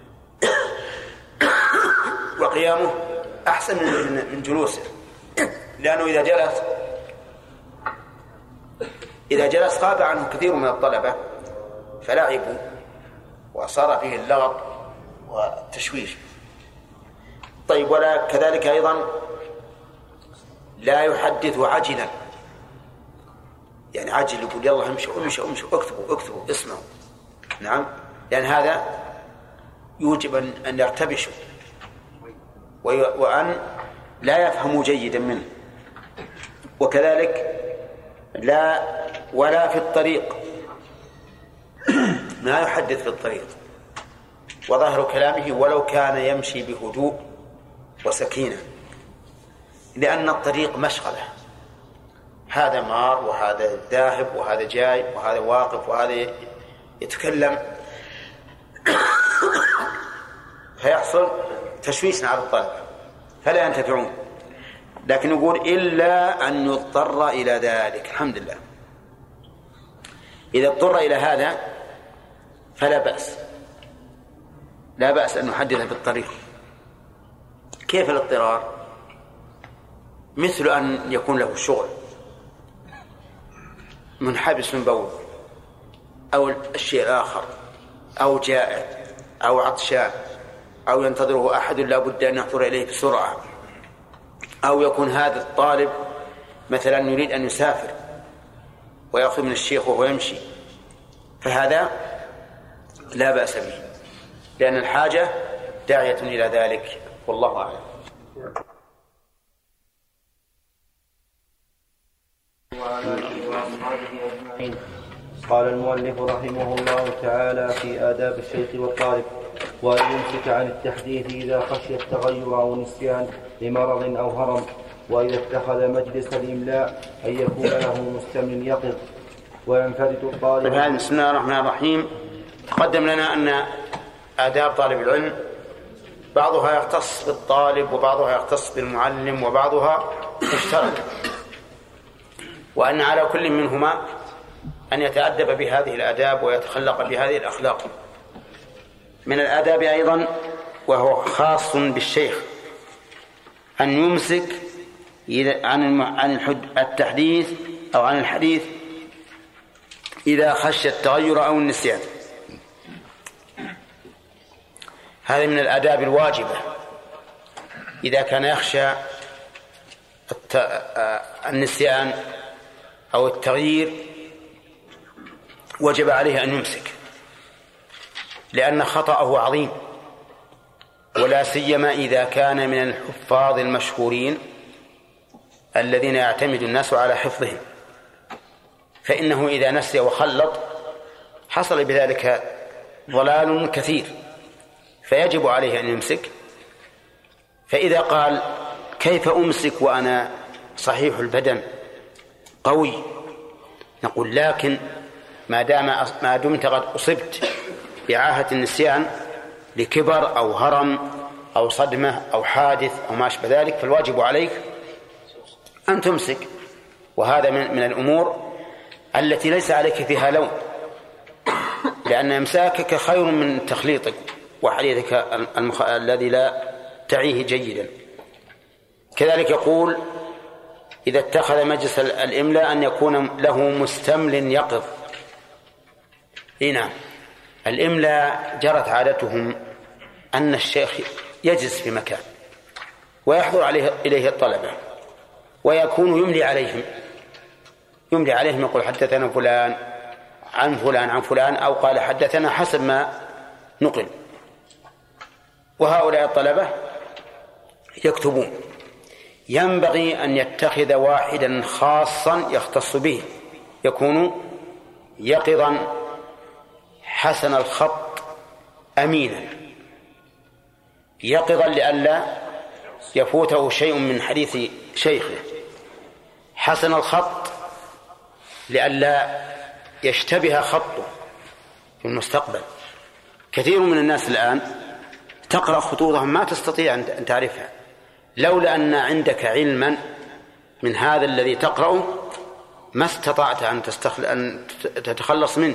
وقيامه أحسن من جلوسه، لأنه إذا جلس إذا جلس غاب عنه كثير من الطلبة فلعبوا وصار فيه اللغط والتشويش. طيب ولا كذلك أيضا لا يحدث عجلا، يعني عجل يقول يلا امشوا امشوا امشوا اكتبوا اكتبوا اسمعوا. نعم، لأن هذا يوجب أن يرتبشوا وأن لا يفهموا جيدا منه. وكذلك لا ولا في الطريق، ما يحدث في الطريق، وظاهر كلامه ولو كان يمشي بهدوء وسكينة، لأن الطريق مشغلة، هذا مار وهذا ذاهب وهذا جاي وهذا واقف وهذا يتكلم، فيحصل تشويش على الطلبة فلا ينتفعون. لكن يقول إلا أن يضطر إلى ذلك. الحمد لله، إذا اضطر إلى هذا فلا بأس، لا بأس أن نحدث بالطريق. كيف الاضطرار؟ مثل أن يكون له شغل منحبس من بول أو الشيء الآخر، أو جائع أو عطشان، أو ينتظره أحد لا بد أن يحضر إليه بسرعة، أو يكون هذا الطالب مثلا يريد أن يسافر ويأخذ من الشيخ وهو يمشي، فهذا لا بأس به، لأن الحاجة داعية إلى ذلك، والله أعلم. قال المؤلف رحمه الله تعالى في آداب الشيخ والطالب: وأن يمسك عن التحديث إذا خشي التغير أو النسيان لمرض أو هرم، وإذا اتخذ مجلس الإملاء أن يكون له مستمع يقظ، وينفرد الطالب. بسم الله الرحمن الرحيم. تقدم لنا أن آداب طالب العلم بعضها يختص بالطالب وبعضها يختص بالمعلم وبعضها مشترك، وأن على كل منهما أن يتأدب بهذه الآداب ويتخلق بهذه الأخلاق. من الآداب أيضا وهو خاص بالشيخ أن يمسك عن عن التحديث أو عن الحديث إذا خشي التغير أو النسيان. هذا من الآداب الواجبة. إذا كان يخشى النسيان أو التغيير وجب عليه أن يمسك، لأن خطأه عظيم، ولا سيما إذا كان من الحفاظ المشهورين الذين يعتمد الناس على حفظهم، فإنه إذا نسي وخلط حصل بذلك ضلال كثير، فيجب عليه أن يمسك. فإذا قال كيف أمسك وأنا صحيح البدن قوي، نقول لكن ما دام ما دمت قد أصبت بعاهة النسيان لكبر أو هرم أو صدمة أو حادث أو ما أشبه ذلك، فالواجب عليك أن تمسك. وهذا من, من الأمور التي ليس عليك فيها لوم، لأن إمساكك خير من تخليطك وحديثك المخ... الذي لا تعيه جيدا. كذلك يقول إذا اتخذ مجلس الإملاء أن يكون له مستمل يقظ. هنا الإملاء جرت عادتهم أن الشيخ يجلس في مكان ويحضر عليه إليه الطلبة ويكون يملي عليهم يملي عليهم يقول حدثنا فلان عن فلان عن فلان أو قال حدثنا حسب ما نقل، وهؤلاء الطلبة يكتبون. ينبغي أن يتخذ واحدا خاصا يختص به، يكون يقظا حسن الخط أمينا، يقظا لئلا يفوته شيء من حديث شيخه، حسن الخط لئلا يشتبه خطه في المستقبل. كثير من الناس الآن تقرأ خطوطهم ما تستطيع أن تعرفها، لولا أن عندك علما من هذا الذي تقرأه ما استطعت أن, تستخل... أن تتخلص منه.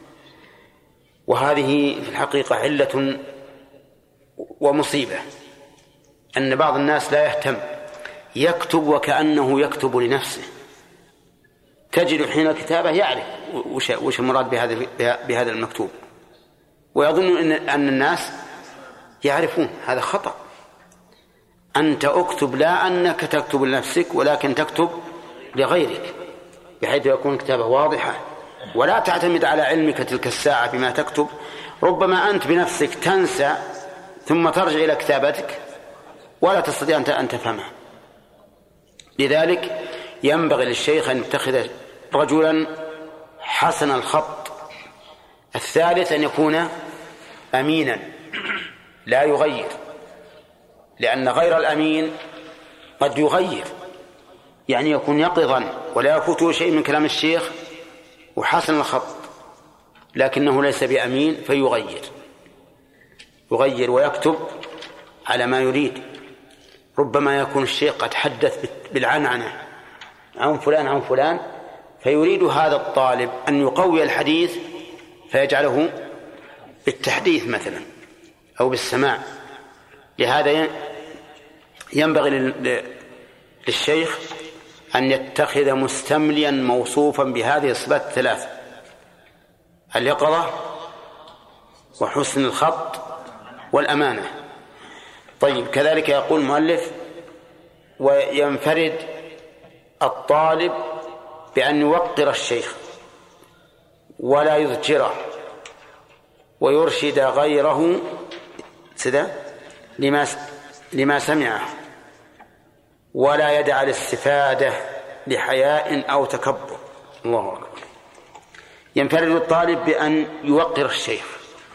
وهذه في الحقيقة علة ومصيبة، أن بعض الناس لا يهتم، يكتب وكأنه يكتب لنفسه. تجد حين الكتابة يعرف وش المراد بهذا بهذا المكتوب، ويظن أن أن الناس يعرفون. هذا خطأ. أنت أكتب لا أنك تكتب لنفسك، ولكن تكتب لغيرك بحيث يكون كتابة واضحة، ولا تعتمد على علمك تلك الساعة بما تكتب. ربما أنت بنفسك تنسى ثم ترجع إلى كتابتك ولا تستطيع أن تفهمها. لذلك ينبغي للشيخ أن يتخذ رجلا حسن الخط. الثالث أن يكون أمينا لا يغير، لأن غير الأمين قد يغير، يعني يكون يقظا ولا يفوته شيء من كلام الشيخ وحسن الخط، لكنه ليس بأمين فيغير يغير ويكتب على ما يريد. ربما يكون الشيخ قد حدث بالعنعنة عن فلان عن فلان، فيريد هذا الطالب أن يقوي الحديث فيجعله بالتحديث مثلا أو بالسماع. لهذا ينبغي للشيخ أن يتخذ مستمليا موصوفا بهذه الصفات الثلاث: اليقظة وحسن الخط والأمانة. طيب، كذلك يقول المؤلف: وينفرد الطالب بأن يوقر الشيخ ولا يذكره ويرشد غيره سدا لما لما سمعه، ولا يدع الاستفادة لحياء أو تكبر. الله أكبر. ينفرد الطالب بأن يوقر الشيخ.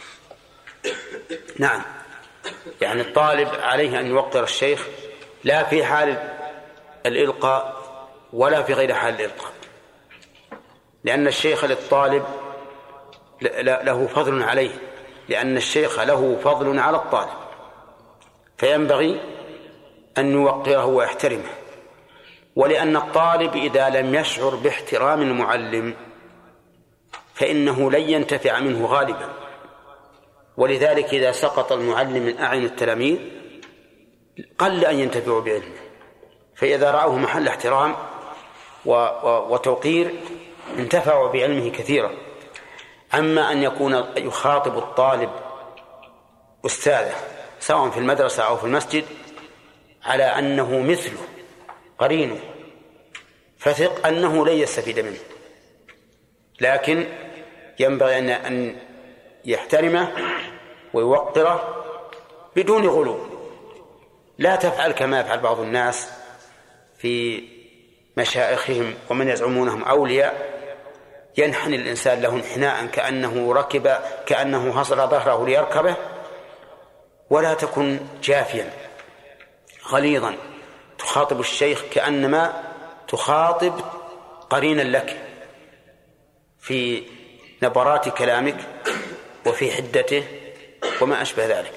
نعم، يعني الطالب عليه أن يوقر الشيخ، لا في حال الإلقاء ولا في غير حال الإلقاء، لأن الشيخ للطالب له فضل عليه، لأن الشيخ له فضل على الطالب، فينبغي أن يوقره ويحترمه. ولأن الطالب إذا لم يشعر باحترام المعلم فإنه لن ينتفع منه غالبا. ولذلك إذا سقط المعلم من أعين التلاميذ قل أن ينتفعوا بعلمه، فإذا رأوه محل احترام وتوقير انتفعوا بعلمه كثيرا. أما أن يكون يخاطب الطالب أستاذه سواء في المدرسة أو في المسجد على أنه مثله قرينه، فثق أنه لن يستفيد منه، لكن ينبغي أن يحترمه ويوقره بدون غلو. لا تفعل كما يفعل بعض الناس في مشايخهم ومن يزعمونهم أولياء، ينحني الإنسان له انحناء كأنه ركب كأنه حصر ظهره ليركبه. ولا تكن جافيا غليظا تخاطب الشيخ كأنما تخاطب قرينا لك في نبرات كلامك وفي حدته وما أشبه ذلك.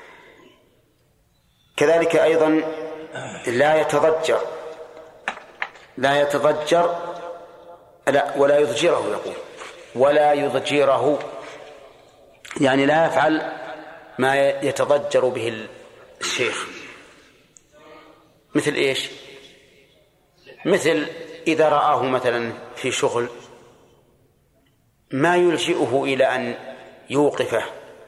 كذلك أيضا لا يتضجر لا يتضجر لا ولا يضجره، يقول ولا يضجره، يعني لا يفعل ما يتضجر به الشيخ. مثل إيش؟ مثل إذا رآه مثلا في شغل ما يلجئه إلى أن يوقفه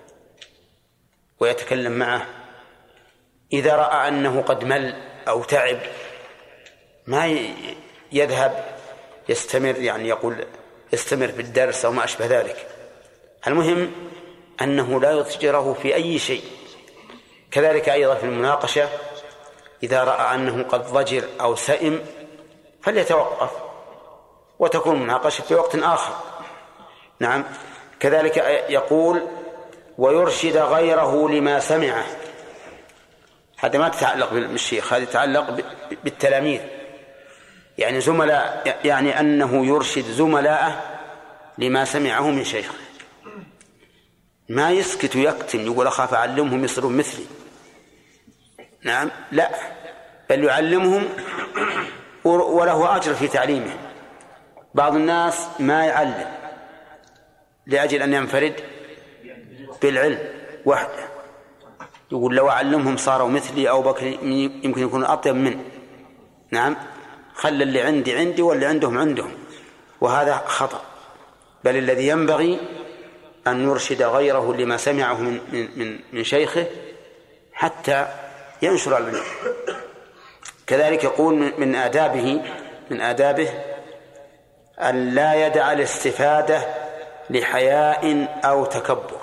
ويتكلم معه، إذا رأى أنه قد مل أو تعب ما يذهب يستمر، يعني يقول يستمر بالدرس أو ما أشبه ذلك. المهم أنه لا يضجره في أي شيء. كذلك أيضا في المناقشة إذا رأى أنه قد ضجر أو سئم فليتوقف وتكون المناقشة في وقت آخر. نعم. كذلك يقول ويرشد غيره لما سمعه. هذا ما تتعلق بالشيخ، هذا يتعلق بالتلاميذ، يعني زملاء، يعني أنه يرشد زملاءه لما سمعه من شيخه، ما يسكت ويكتم يقول أخاف أعلمهم يصيرون مثلي. نعم، لا، بل يعلمهم وله أجر في تعليمه. بعض الناس ما يعلم لأجل أن ينفرد بالعلم وحده، يقول لو أعلمهم صاروا مثلي أو بكر يمكن يكونوا أطيب منه. نعم، خلى اللي عندي عندي واللي عندهم عندهم، وهذا خطأ. بل الذي ينبغي أن يرشد غيره لما سمعه من, من, من شيخه حتى ينشر العلم. كذلك يقول من آدابه من آدابه أن لا يدع الاستفادة لحياء أو تكبر.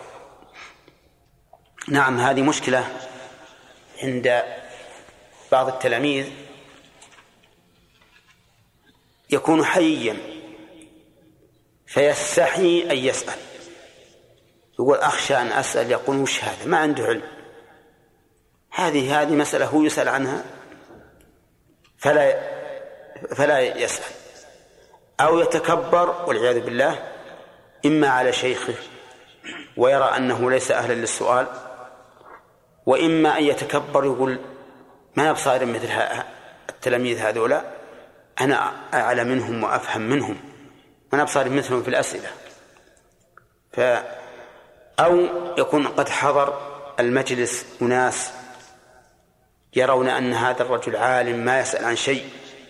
نعم، هذه مشكلة عند بعض التلاميذ، يكون حييا فيستحي أن يسأل، يقول أخشى أن أسأل، يقول وش هذا، ما عنده علم، هذه هذه مسألة هو يسأل عنها فلا فلا يسأل، أو يتكبر والعياذ بالله إما على شيخه ويرى أنه ليس أهلا للسؤال، وإما أن يتكبر يقول ما بصائر مثل التلاميذ هذولا، أنا أعلم منهم وأفهم منهم، أنا بصائر مثلهم في الأسئلة. ف أو يكون قد حضر المجلس أناس يرون أن هذا الرجل عالم ما يسأل عن شيء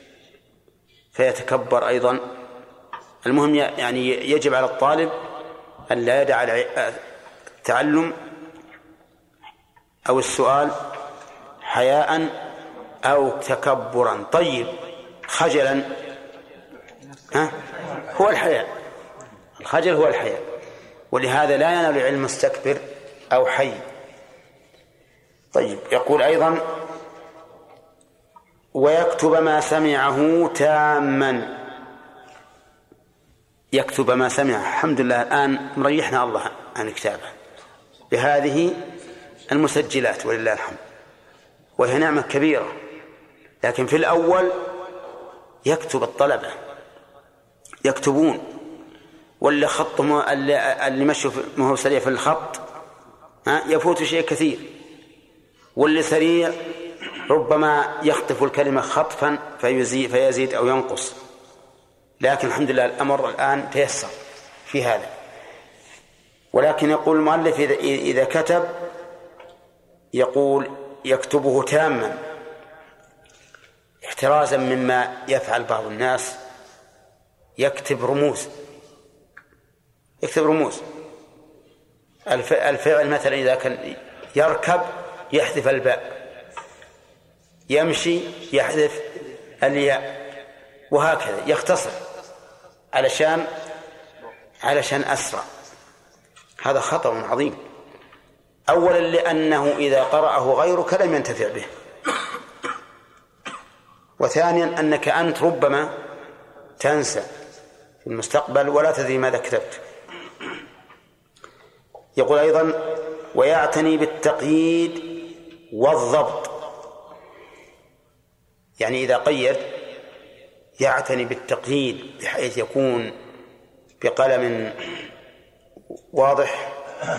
فيتكبر أيضا. المهم يعني يجب على الطالب أن لا يدع التعلم أو السؤال حياء أو تكبرا. طيب، خجلا ها هو الحياء، الخجل هو الحياء، ولهذا لا ينال العلم مستكبر أو حي. طيب، يقول أيضا ويكتب ما سمعه تاما، يكتب ما سمعه. الحمد لله الآن مريحنا الله عن كتابه بهذه المسجلات ولله الحمد، وهي نعمة كبيرة. لكن في الأول يكتب الطلبة يكتبون، واللي خطهم اللي, اللي مشوا ما هو سريع في الخط يفوت شيء كثير، واللي سريع ربما يخطف الكلمة خطفا فيزيد, فيزيد أو ينقص. لكن الحمد لله الأمر الآن تيسر في هذا. ولكن يقول المؤلف إذا كتب يقول يكتبه تاما احترازا مما يفعل بعض الناس، يكتب رموز يكتب رموز الفعل مثلا إذا كان يركب يحذف الباء، يمشي يحذف الياء، وهكذا يختصر علشان علشان أسرع. هذا خطأ عظيم. أولا لأنه إذا قرأه غيرك لم ينتفع به، وثانيا أنك أنت ربما تنسى في المستقبل ولا تدري ماذا كتبت. يقول أيضا ويعتني بالتقييد والضبط، يعني إذا قيد يعتني بالتقييد بحيث يكون بقلم واضح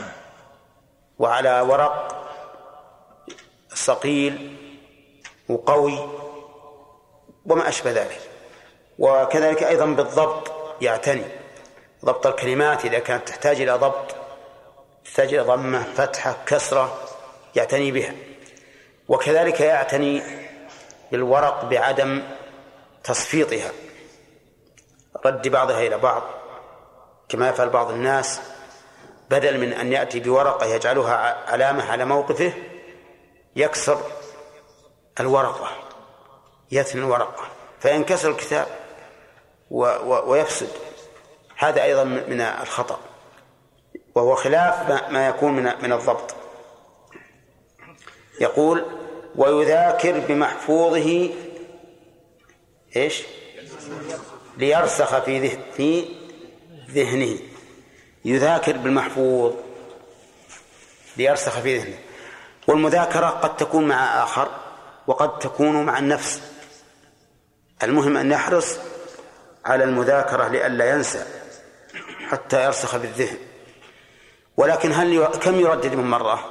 وعلى ورق ثقيل وقوي وما أشبه ذلك. وكذلك أيضا بالضبط يعتني، ضبط الكلمات إذا كانت تحتاج إلى ضبط، تحتاج إلى ضمة فتحة كسرة يعتني بها. وكذلك يعتني بالورق بعدم تصفيطها، رد بعضها إلى بعض كما يفعل بعض الناس، بدل من أن يأتي بورقة يجعلها علامة على موقفه يكسر الورقة، يثني الورقة فينكسر الكتاب ويفسد. هذا أيضا من الخطأ، وهو خلاف ما يكون من الضبط. يقول ويذاكر بمحفوظه إيش ليرسخ في في ذهنه. يذاكر بالمحفوظ ليرسخ في ذهنه. والمذاكرة قد تكون مع آخر وقد تكون مع النفس. المهم أن يحرص على المذاكرة لئلا ينسى حتى يرسخ بالذهن. ولكن هل ي... كم يردد من مرة؟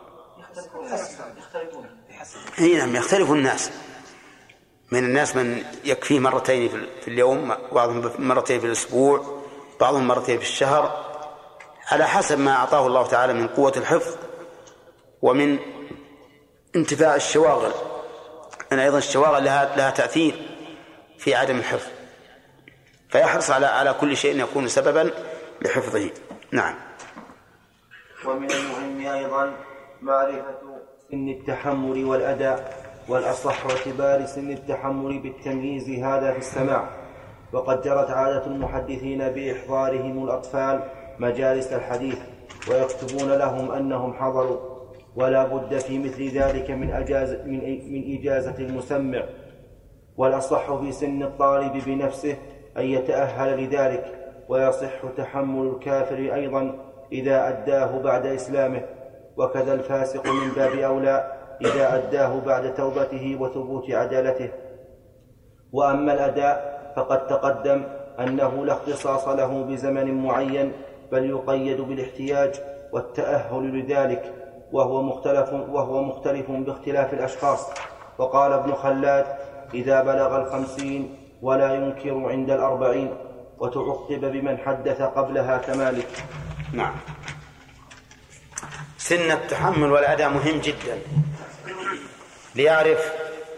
نعم يختلف الناس. من الناس من يكفيه مرتين في اليوم، بعضهم مرتين في الأسبوع، بعضهم مرتين في الشهر، على حسب ما أعطاه الله تعالى من قوة الحفظ ومن انتفاع الشواغل. أن أيضا الشواغل لها, لها تأثير في عدم الحفظ، فيحرص على على كل شيء يكون سببا لحفظه. نعم. ومن المهم أيضا معرفة سن التحمل والأداء، والأصح اعتبار سن التحمل بالتمييز هذا في السماع. وقد جرت عادة المحدثين بإحضارهم الأطفال مجالس الحديث ويكتبون لهم أنهم حضروا، ولا بد في مثل ذلك من, أجاز من, من إجازة المسمع. والأصح في سن الطالب بنفسه أن يتأهل لذلك، ويصح تحمل الكافر أيضا إذا أداه بعد إسلامه، وكذا الفاسق من باب أولى إذا أداه بعد توبته وثبوت عدالته. وأما الأداء فقد تقدم أنه لا اختصاص له بزمن معين، بل يقيد بالاحتياج والتأهل لذلك، وهو مختلف, وهو مختلف باختلاف الأشخاص. وقال ابن خلاد إذا بلغ الخمسين ولا ينكر عند الأربعين، وتعقب بمن حدث قبلها كمالك. نعم. سن التحمل والأداء مهم جدا ليعرف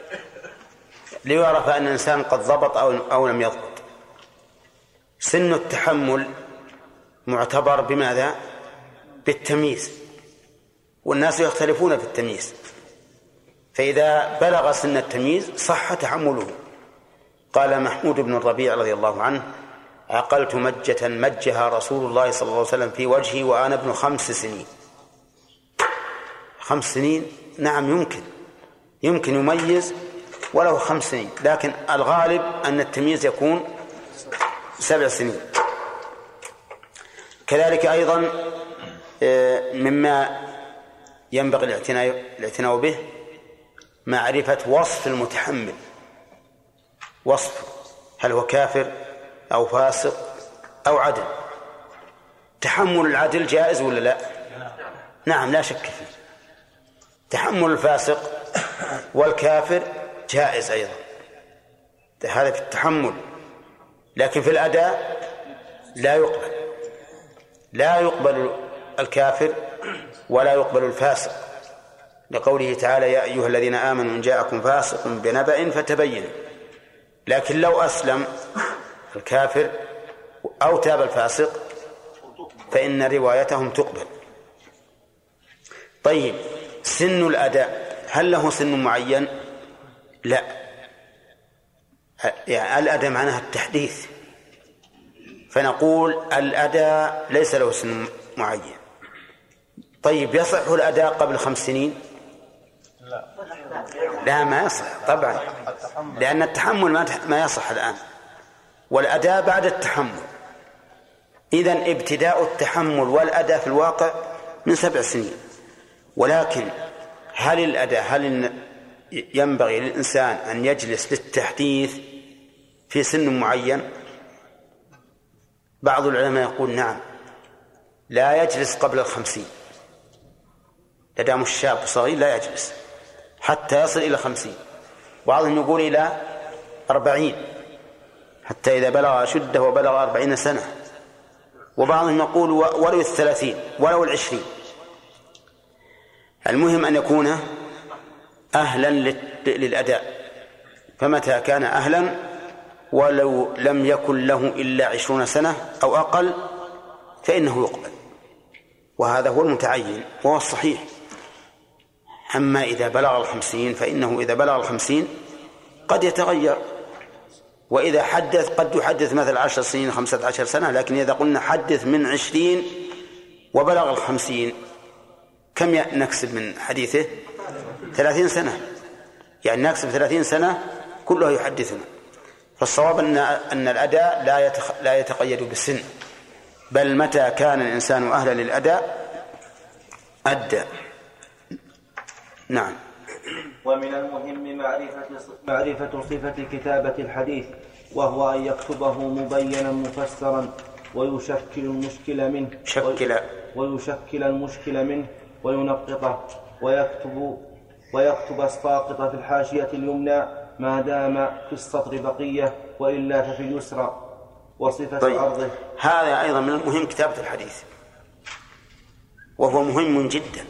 ليعرف أن الإنسان قد ضبط أو, أو لم يضبط. سن التحمل معتبر بماذا؟ بالتمييز، والناس يختلفون في التمييز، فإذا بلغ سن التمييز صح تحمله. قال محمود بن الربيع رضي الله عنه عقلت مجة مجها رسول الله صلى الله عليه وسلم في وجهي وأنا ابن خمس سنين. خمس سنين نعم يمكن يمكن يميز ولو خمس سنين، لكن الغالب أن التمييز يكون سبع سنين. كذلك أيضا مما ينبغي الاعتناء به معرفة وصف المتحمل، وصف هل هو كافر أو فاسق أو عدل. تحمل العدل جائز ولا لا؟ نعم لا شك فيه. تحمل الفاسق والكافر جائز أيضا، هذا في التحمل. لكن في الأداء لا يقبل لا يقبل الكافر ولا يقبل الفاسق، لقوله تعالى يا أيها الذين آمنوا إن جاءكم فاسق بنبأ فتبينوا. لكن لو أسلم الكافر أو تاب الفاسق فإن روايتهم تقبل. طيب سن الأداء هل له سن معين؟ لا، يعني الأداء معناها التحديث، فنقول الأداء ليس له سن معين. طيب يصح الأداء قبل خمس سنين؟ لا لا ما يصح طبعا، لأن التحمل ما يصح الآن، والأداء بعد التحمل. إذن ابتداء التحمل والأداء في الواقع من سبع سنين. ولكن هل الأداء هل ينبغي للإنسان أن يجلس للتحديث في سن معين؟ بعض العلماء يقول نعم، لا يجلس قبل الخمسين، لدام الشاب صغير لا يجلس حتى يصل إلى خمسين. بعضهم يقول إلى أربعين، حتى إذا بلغ أشده وبلغ أربعين سنة. وبعضهم يقول ولو الثلاثين ولو العشرين. المهم أن يكون أهلا للأداء، فمتى كان أهلا ولو لم يكن له إلا عشرون سنة أو أقل فإنه يقبل، وهذا هو المتعين وهو الصحيح. أما إذا بلغ الخمسين فإنه إذا بلغ الخمسين قد يتغير، وإذا حدث قد يحدث مثل عشر سنين خمسة عشر سنة، لكن إذا قلنا حدث من عشرين وبلغ الخمسين كم نكسب من حديثه؟ ثلاثين سنة، يعني نكسب ثلاثين سنة كله يحدثنا. فالصواب أن أن الأداء لا لا يتقيد بالسن، بل متى كان الإنسان أهلا للأداء أدى. نعم. ومن المهم معرفة معرفة صفة كتابة الحديث، وهو أن يكتبه مبينا مفسرا ويشكل المشكل منه شكل ويشكل المشكل منه وينقطه، ويكتب ويكتب الساقط في الحاشية اليمنى ما دام في السطر بقية، وإلا ففي اليسرى. وصفة طيب. عرضه. هذا أيضا من المهم كتابة الحديث، وهو مهم جدا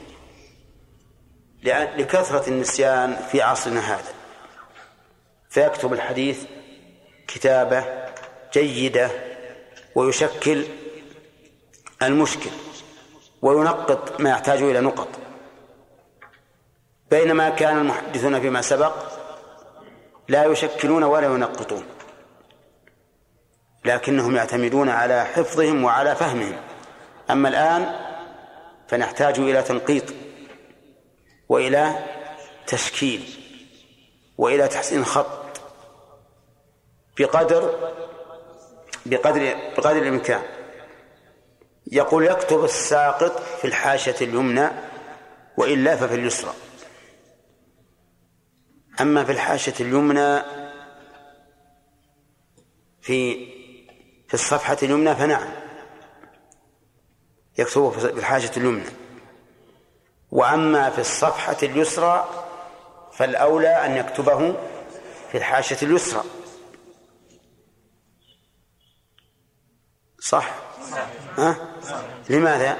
لكثرة النسيان في عصرنا هذا، فيكتب الحديث كتابة جيدة ويشكل المشكل وينقط ما يحتاج إلى نقط، بينما كان المحدثون فيما سبق لا يشكلون ولا ينقطون، لكنهم يعتمدون على حفظهم وعلى فهمهم. أما الآن فنحتاج إلى تنقيط وإلى تشكيل وإلى تحسين خط بقدر بقدر بقدر الإمكان. يقول يكتب الساقط في الحاشية اليمنى وإلا ففي اليسرى. أما في الحاشية اليمنى في في الصفحة اليمنى فنعم يكتبه في الحاشية اليمنى، وأما في الصفحة اليسرى فالأولى أن يكتبه في الحاشية اليسرى. صح؟ ها؟ لماذا؟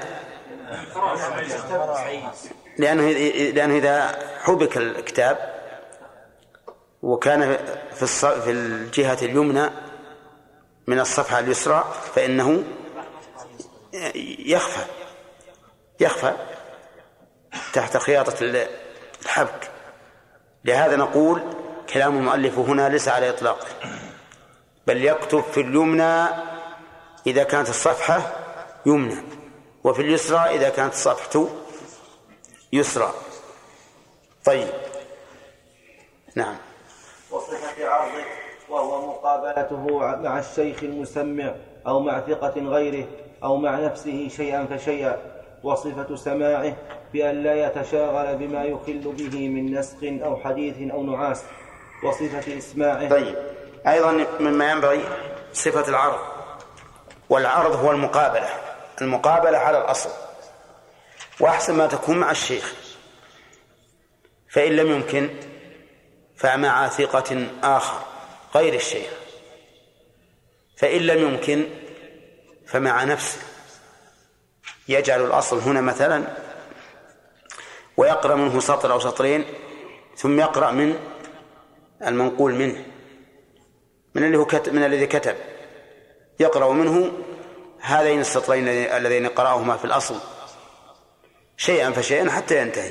لأنه لأنه إذا حبك الكتاب وكان في في الجهة اليمنى من الصفحة اليسرى فإنه يخفى يخفى تحت خياطة الحبك. لهذا نقول كلام المؤلف هنا ليس على إطلاقه، بل يكتب في اليمنى إذا كانت الصفحة يمنى، وفي اليسرى إذا كانت الصفحة يسرى. طيب. نعم. وصفة عرضه، وهو مقابلته مع الشيخ المسمع أو مع ثقة غيره أو مع نفسه شيئا فشيئا. وصفة سماعه بأن لا يتشاغل بما يخل به من نسخ أو حديث أو نعاس. وصفة إسماعه. طيب. أيضا مما ينبغي صفة العرض، والعرض هو المقابلة المقابلة على الأصل، وأحسن ما تكون مع الشيخ، فإن لم يمكن فمع ثقة آخر غير الشيخ، فإن لم يمكن فمع نفسه. يجعل الأصل هنا مثلا ويقرأ منه سطر أو سطرين ثم يقرأ من المنقول منه من اللي هو كتب من الذي كتب، يقرأ منه هذين السطرين الذين قرأهما في الأصل شيئا فشيئا حتى ينتهي.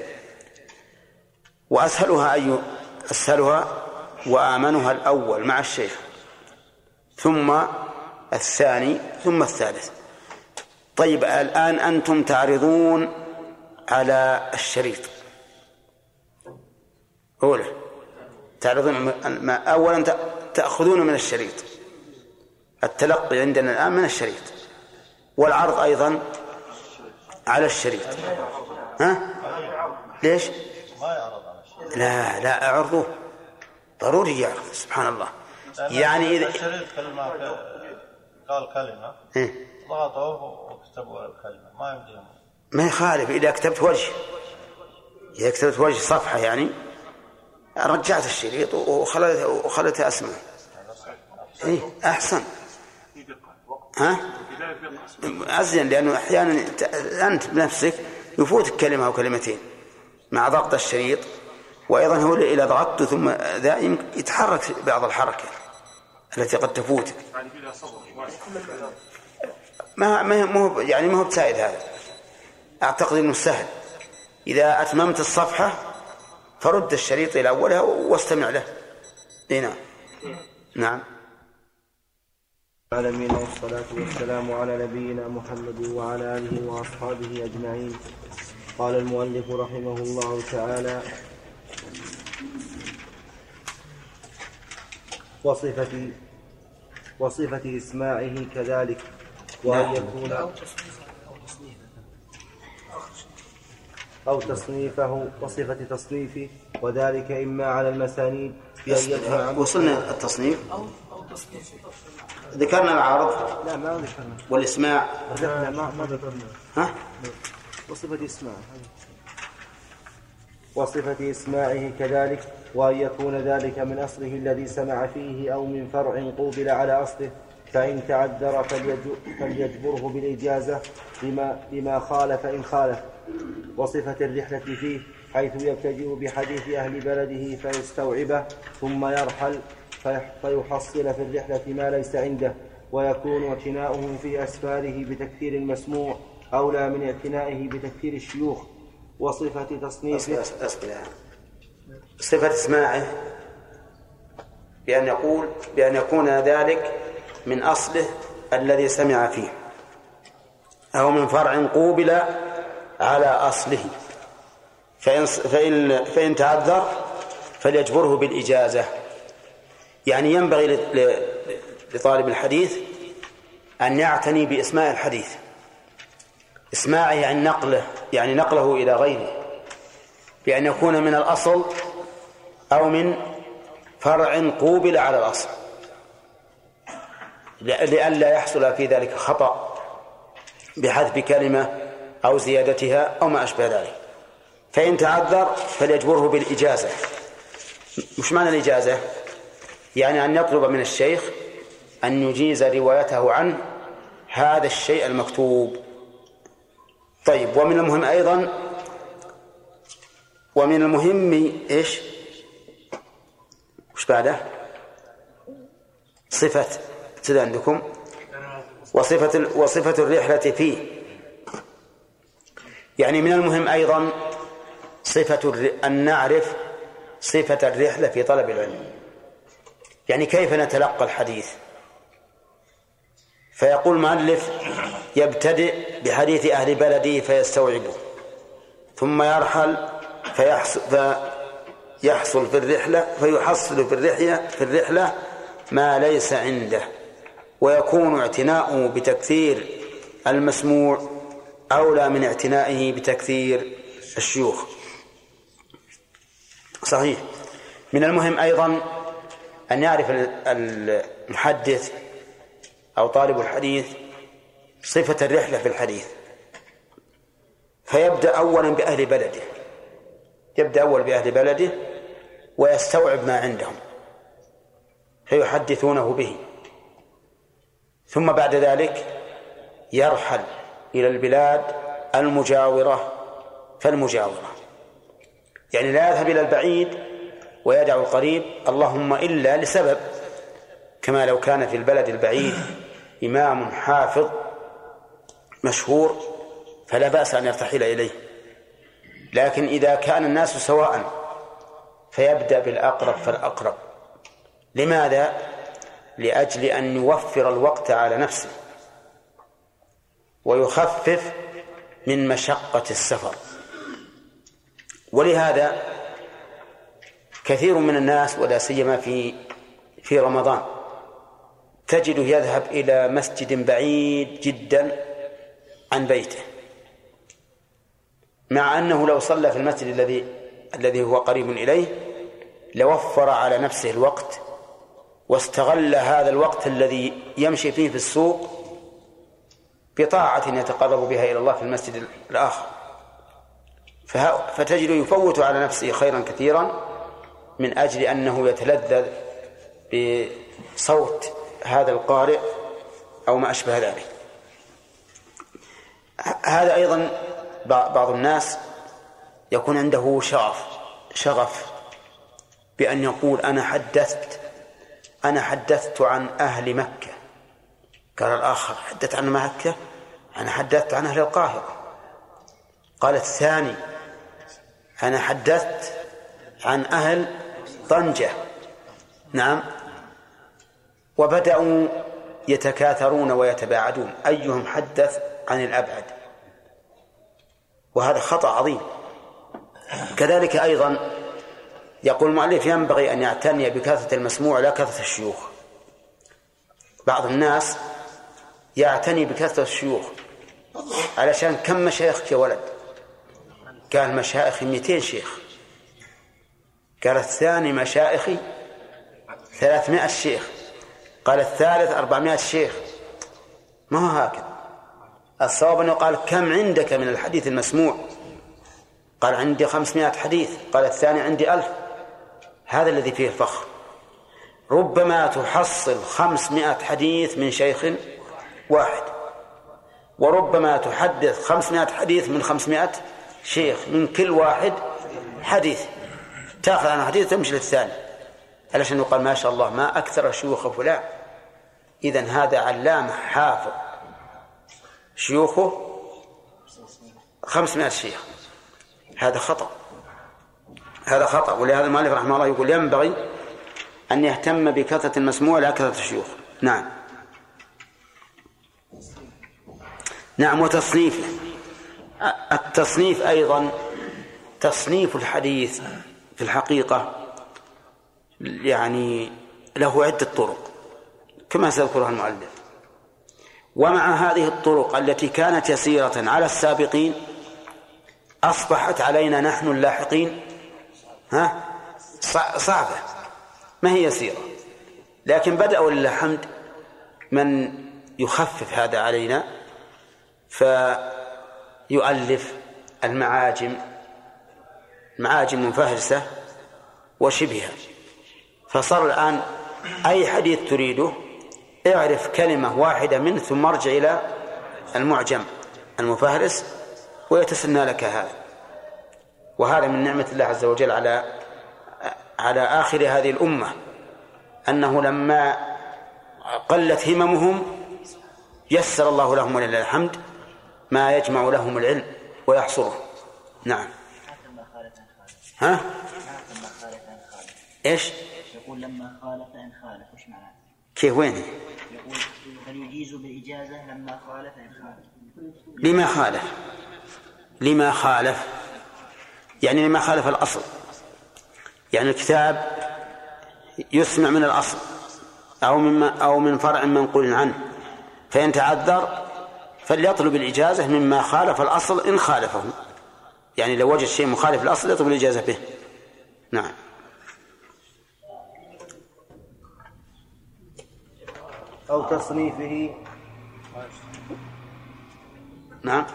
وأسهلها أي أسهلها وآمنها الأول مع الشيخ، ثم الثاني، ثم الثالث. طيب، الآن أنتم تعرضون على الشريط أولا، تعرضون أولا تأخذون من الشريط، التلقي عندنا الآن من الشريط، والعرض أيضا على الشريط. ها؟ ليش؟ لا لا أعرضوه، ضروري يعرض. سبحان الله. يعني إذا الشريط كلمة قال كلمة ضغطوه وكتبوا الكلمة ما يمديهم، ما يخالف. إذا كتبت وجه إذا كتبت وجه صفحة يعني رجعت الشريط وخلت وخلتها أسمع. إيه أحسن. ها؟ أزين، لأنه أحيانا أنت بنفسك يفوتك كلمة أو كلمتين مع ضغط الشريط، وأيضا هو إذا ضغطت ثم ذا يتحرك بعض الحركة التي قد تفوت ما ما مو يعني ما هو بسائد هذا. أعتقد أنه سهل. إذا أتممت الصفحة فرد الشريط إلى أولها واستمع له. هنا نعم. العالمين والصلاة والسلام على نبينا محمد وعلى آله وأصحابه أجمعين. قال المؤلف رحمه الله تعالى: وصفة وصفة إسماعه كذلك، وأن يكون أو تصنيفه وصفة تصنيفه، وذلك إما على المسانيد بأن يجمع. وصلنا التصنيف ذكرنا العرض. لا ما ذكرنا. والإسماع لا ما ما ذكرنا. ها؟ وصفة إسماعه وصفة إسماعه كذلك، وأن يكون ذلك من أصله الذي سمع فيه أو من فرع قوبل على أصله، فإن تعذر فليجبره بالإجازة بما, بما خالف إن خالف. وصفة الرحلة فيه حيث يبتدئ بحديث أهل بلده فيستوعبه ثم يرحل فيحصل في الرحلة ما ليس عنده، ويكون اعتناؤه في أسفاره بتكثير المسموع أولى من اعتنائه بتكثير الشيوخ. وصفة تصنيفه صفة اسماعه بأن يقول بأن يكون ذلك من أصله الذي سمع فيه أو من فرع قوبل على أصله، فإن, فإن, فإن تعذر فليجبره بالإجازة. يعني ينبغي لطالب الحديث أن يعتني بإسماع الحديث. إسماعه يعني نقله، يعني نقله إلى غيره، بأن يكون من الأصل أو من فرع قوبل على الأصل، لئلا يحصل في ذلك خطأ بحذف كلمة أو زيادتها أو ما أشبه ذلك. فإن تعذر فليجبره بالإجازة. مش معنى الإجازة؟ يعني أن يطلب من الشيخ أن يجيز روايته عنه هذا الشيء المكتوب. طيب، ومن المهم أيضا ومن المهم إيش وش بعده؟ صفة تدى عندكم وصفة, وصفة الرحلة فيه. يعني من المهم أيضا صفة أن نعرف صفة الرحلة في طلب العلم، يعني كيف نتلقى الحديث. فيقول المؤلف: يبتدئ بحديث أهل بلده فيستوعبه، ثم يرحل فيحصل, فيحصل في الرحلة فيحصل في الرحلة, في الرحلة ما ليس عنده، ويكون اعتناؤه بتكثير المسموع أولى من اعتنائه بتكثير الشيوخ. صحيح. من المهم أيضا أن يعرف المحدث أو طالب الحديث صفة الرحلة في الحديث، فيبدأ أولا بأهل بلده، يبدأ أول بأهل بلده ويستوعب ما عندهم فيحدثونه به، ثم بعد ذلك يرحل إلى البلاد المجاورة فالمجاورة، يعني لا يذهب إلى البعيد ويدع القريب، اللهم إلا لسبب، كما لو كان في البلد البعيد إمام حافظ مشهور فلا بأس أن يرتحل إليه. لكن إذا كان الناس سواء فيبدأ بالأقرب فالأقرب. لماذا؟ لأجل أن يوفر الوقت على نفسه ويخفف من مشقة السفر. ولهذا كثير من الناس ولا سيما في في رمضان تجده يذهب إلى مسجد بعيد جدا عن بيته، مع أنه لو صلى في المسجد الذي الذي هو قريب إليه لوفر على نفسه الوقت واستغل هذا الوقت الذي يمشي فيه في السوق بطاعة يتقرب بها إلى الله في المسجد الآخر، فتجد يفوت على نفسه خيرا كثيرا من أجل أنه يتلذذ بصوت هذا القارئ أو ما أشبه ذلك. هذا أيضا بعض الناس يكون عنده شغف شغف بأن يقول أنا حدثت أنا حدثت عن أهل مكة. قال الآخر حدثت عن مكة، أنا حدثت عن أهل القاهرة. قال الثاني أنا حدثت عن أهل طنجة. نعم. وبدأوا يتكاثرون ويتباعدون أيهم حدث عن الأبعد، وهذا خطأ عظيم. كذلك أيضا يقول المؤلف ينبغي أن يعتني بكثرة المسموع لا كثرة الشيوخ. بعض الناس يعتني بكثرة الشيوخ علشان كم مشايخك يا ولد؟ قال مشايخي مئتين شيخ. قال الثاني مشايخي ثلاثمائة شيخ. قال الثالث أربعمائة شيخ. ما هو هكذا. الصواب أنه قال كم عندك من الحديث المسموع؟ قال عندي خمسمائة حديث. قال الثاني عندي ألف. هذا الذي فيه الفخر. ربما تحصل خمسمائة حديث من شيخ واحد، وربما تحدث خمسمائة حديث من خمسمائة شيخ، من كل واحد حديث. تأخذ عن حديث تمشي للثاني علشان يقال ما شاء الله ما أكثر شيوخ فلان. إذن هذا علامة حافظ شيوخه خمسمائة شيخ. هذا خطأ، هذا خطأ. ولهذا المؤلف رحمه الله يقول ينبغي أن يهتم بكثرة المسموع لا كثرة الشيوخ. نعم. نعم. وتصنيفه. التصنيف أيضا تصنيف الحديث في الحقيقة يعني له عدة طرق كما سيذكرها المؤلف. ومع هذه الطرق التي كانت يسيرة على السابقين أصبحت علينا نحن اللاحقين ها صعبة، ما هي يسيرة. لكن بدأ ولله الحمد من يخفف هذا علينا فيؤلف المعاجم، معاجم مفهرسة وشبهها. فصار الآن أي حديث تريده اعرف كلمة واحدة منه ثم ارجع إلى المعجم المفهرس ويتسنى لك هذا. وهذا من نعمة الله عز وجل على على آخر هذه الأمة، أنه لما قلت هممهم يسر الله لهم ولله الحمد ما يجمع لهم العلم ويحصره. نعم. ها؟ إيش؟ يقول لما خالف إن خالف، وش معناه؟ كيف وين؟ يقول هل يجيز بالإجازة لما خالف إن خالف؟ لما خالف؟ لما خالف يعني لما خالف الأصل، يعني الكتاب يسمع من الأصل أو من أو من فرع منقول عنه، فإن تعذر فليطلب الإجازة مما خالف الأصل إن خالفه، يعني لو وجد شيء مخالف الأصل يطلب الإجازة به. نعم. أو تصنيفه. نعم.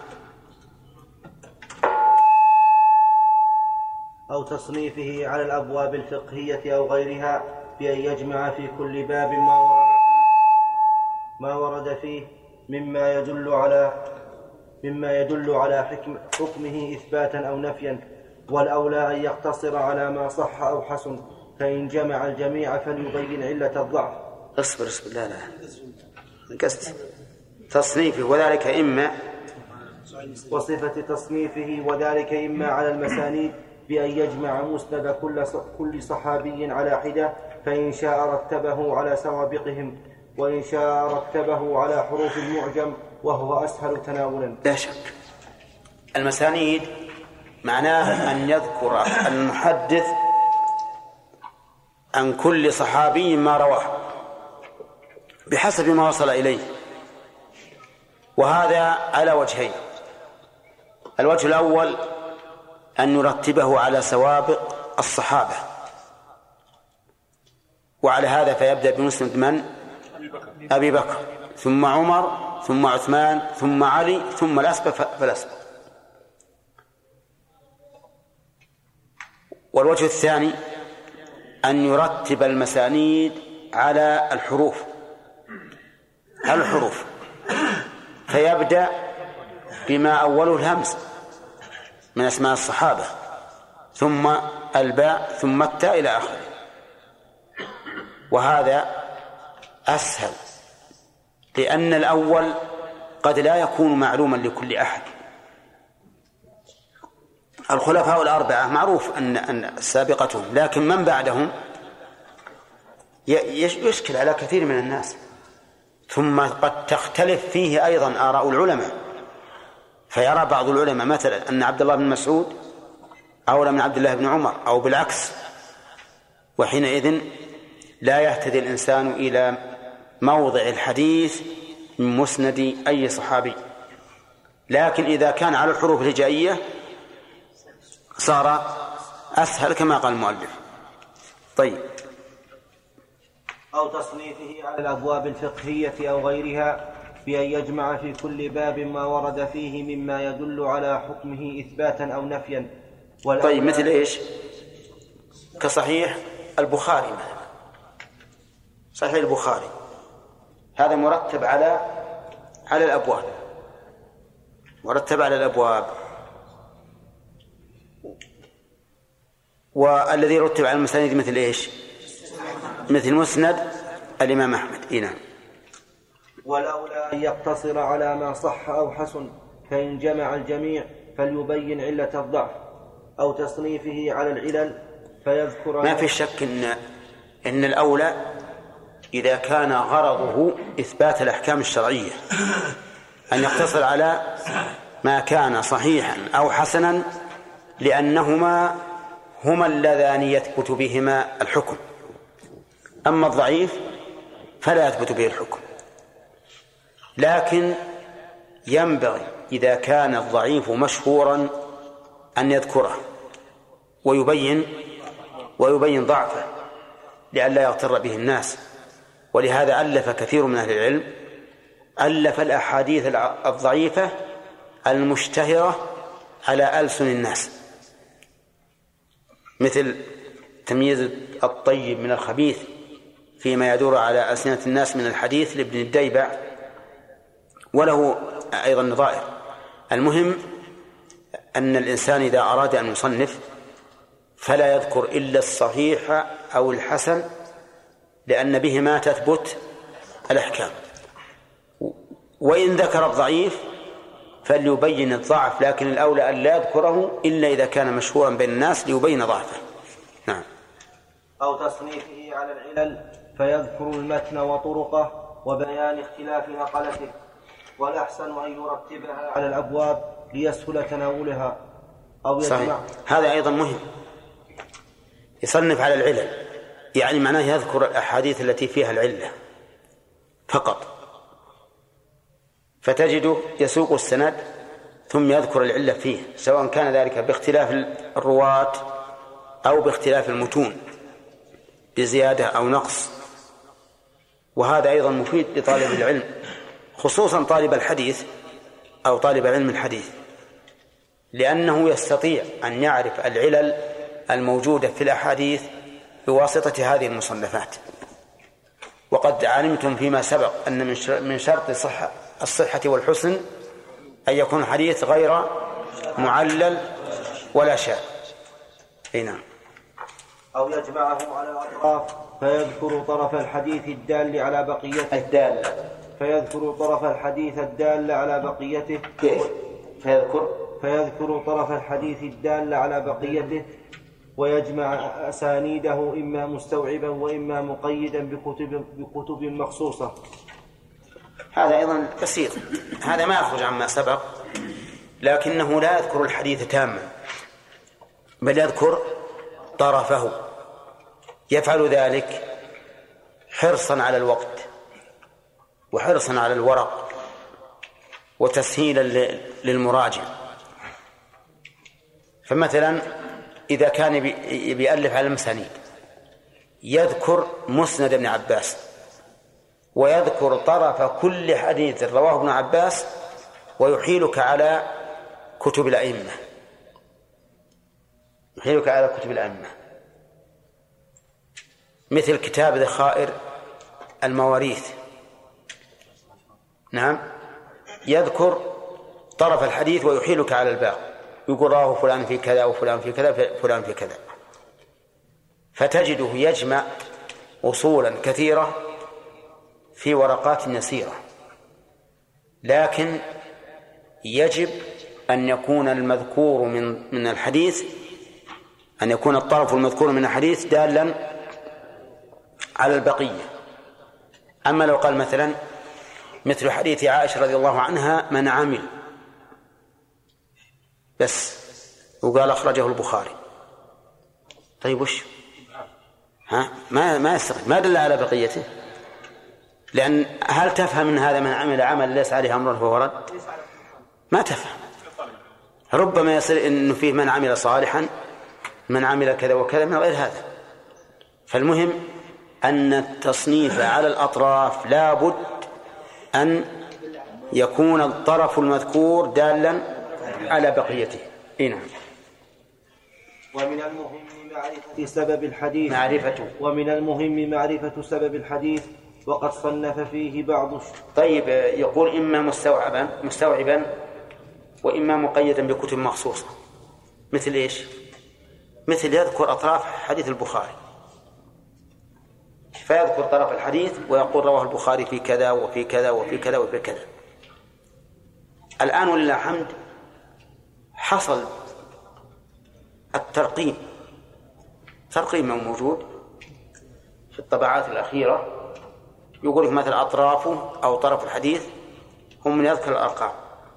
أو تصنيفه على الأبواب الفقهية أو غيرها بأن يجمع في كل باب ما ورد ما ورد فيه مما يدل على مما يدل على حكم حكمه إثباتا أو نفيا، والأولى أن يقتصر على ما صح أو حسن، فإن جمع الجميع فليبين علة الضعف. اصبر اصبر لا لا قصد تصنيفه وذلك إما وصفة تصنيفه وذلك إما على المسانيد بأن يجمع مسند كل كل صحابي على حدة، فإن شاء رتبه على سوابقهم، وإن شاء رتبه على حروف المعجم وهو أسهل تناولا. لا شك. المسانيد معناه أن يذكر المحدث عن كل صحابي ما رواه بحسب ما وصل إليه، وهذا على وجهين. الوجه الأول أن نرتبه على سوابق الصحابة، وعلى هذا فيبدأ بمسند من؟ أبي بكر، ثم عمر، ثم عثمان، ثم علي، ثم الأسبق فالأسبق. والوجه الثاني أن يرتب المسانيد على الحروف الحروف فيبدأ بما أوله الهمز من أسماء الصحابة، ثم الباء، ثم التاء إلى آخره. وهذا أسهل، لأن الأول قد لا يكون معلوما لكل أحد. الخلفاء الأربعة معروف أن أن سابقتهم، لكن من بعدهم يشكل على كثير من الناس. ثم قد تختلف فيه أيضا آراء العلماء، فيرى بعض العلماء مثلا أن عبد الله بن مسعود أولى من عبد الله بن عمر أو بالعكس، وحينئذ لا يهتدي الإنسان إلى موضع الحديث من مسند أي صحابي. لكن إذا كان على الحروف الهجائية صار أسهل كما قال المؤلف. طيب. أو تصنيفه على الأبواب الفقهية أو غيرها بأن يجمع في كل باب ما ورد فيه مما يدل على حكمه إثباتا أو نفيا. طيب مثل إيش؟ كصحيح البخاري مثلا، صحيح البخاري هذا مرتب على على الأبواب، مرتب على الأبواب، والذي يرتب على المسانيد مثل إيش؟ مثل مسند الإمام أحمد. إيه. والأولى أن يقتصر على ما صح أو حسن، فإن جمع الجميع فليبين علة الضعف، أو تصنيفه على العلل فيذكر. ما في شك إن إن الأولى إذا كان غرضه إثبات الأحكام الشرعية أن يقتصر على ما كان صحيحا أو حسنا، لأنهما هما اللذان يثبت بهما الحكم. أما الضعيف فلا يثبت به الحكم. لكن ينبغي إذا كان الضعيف مشهورا أن يذكره ويبين ويبين ضعفه لئلا يغتر به الناس. ولهذا ألف كثير من أهل العلم ألف الأحاديث الضعيفة المشتهرة على ألسن الناس، مثل تمييز الطيب من الخبيث فيما يدور على ألسنة الناس من الحديث لابن الديبع، وله أيضا نظائر. المهم أن الإنسان إذا أراد أن يصنف فلا يذكر إلا الصحيح أو الحسن، لأن بهما تثبت الأحكام. وإن ذكر الضعيف فليبين الضعف، لكن الأولى أن لا يذكره إلا إذا كان مشهورا بين الناس ليبين ضعفه. نعم. أو تصنيفه على العلل فيذكر المتن وطرقه وبيان اختلاف نقلته، والأحسن أن يرتبها على الأبواب ليسهل تناولها. أو يجمع. هذا أيضا مهم، يصنف على العلل، يعني معناه يذكر الأحاديث التي فيها العلة فقط، فتجده يسوق السند ثم يذكر العلة فيه، سواء كان ذلك باختلاف الرواة أو باختلاف المتون بزيادة أو نقص. وهذا أيضا مفيد لطالب العلم، خصوصا طالب الحديث أو طالب علم الحديث، لأنه يستطيع أن يعرف العلل الموجودة في الأحاديث بواسطة هذه المصنفات. وقد علمتم فيما سبق أن من شرط الصحة الصحة والحسن أن يكون الحديث غير معلل ولا شاذ. نعم. أو يجمعه على الأطراف فيذكر طرف الحديث الدال على بقيته الدال فيذكر طرف الحديث الدال على بقيته كيف؟ فيذكر فيذكر طرف الحديث الدال على بقيته، ويجمع أسانيده إما مستوعبا وإما مقيدا بكتب, بكتب مخصوصة. هذا أيضا بسيط، هذا ما يخرج عما سبق، لكنه لا يذكر الحديث تاما بل يذكر طرفه. يفعل ذلك حرصا على الوقت وحرصا على الورق وتسهيلا للمراجع. فمثلا إذا كان بيألف على المسانيد يذكر مسند ابن عباس ويذكر طرف كل حديث رواه ابن عباس ويحيلك على كتب الأئمة يحيلك على كتب الأئمة مثل كتاب ذخائر المواريث. نعم. يذكر طرف الحديث ويحيلك على الباقي، يقول راه فلان في كذا وفلان في كذا فلان في كذا، فتجده يجمع أصولا كثيرة في ورقات يسيرة، لكن يجب أن يكون المذكور من من الحديث أن يكون الطرف المذكور من الحديث دالا على البقية. أما لو قال مثلا مثل حديث عائشة رضي الله عنها من عمل بس وقال أخرجه البخاري، طيب وش ها ما ما يستقيم، ما دل على بقيته، لأن هل تفهم من هذا من عمل عمل ليس عليه أمر فهو رد؟ ما تفهم. ربما يصل إنه فيه من عمل صالحا من عمل كذا وكذا من غير هذا. فالمهم أن التصنيف على الأطراف لا بد أن يكون الطرف المذكور دالا على بقيته. نعم. ومن المهم معرفة سبب الحديث معرفته ومن المهم معرفة سبب الحديث وقد صنف فيه بعض. طيب يقول إما مستوعبا مستوعبا وإما مقيدا بكتب مخصوصة. مثل إيش؟ مثل يذكر أطراف حديث البخاري، فيذكر طرف الحديث ويقول رواه البخاري في كذا وفي كذا وفي كذا وفي كذا. الآن ولله الحمد حصل الترقيم، ترقيم موجود في الطبعات الأخيرة، يقول لك مثل أطرافه أو طرف الحديث هم من يذكر الأرقام.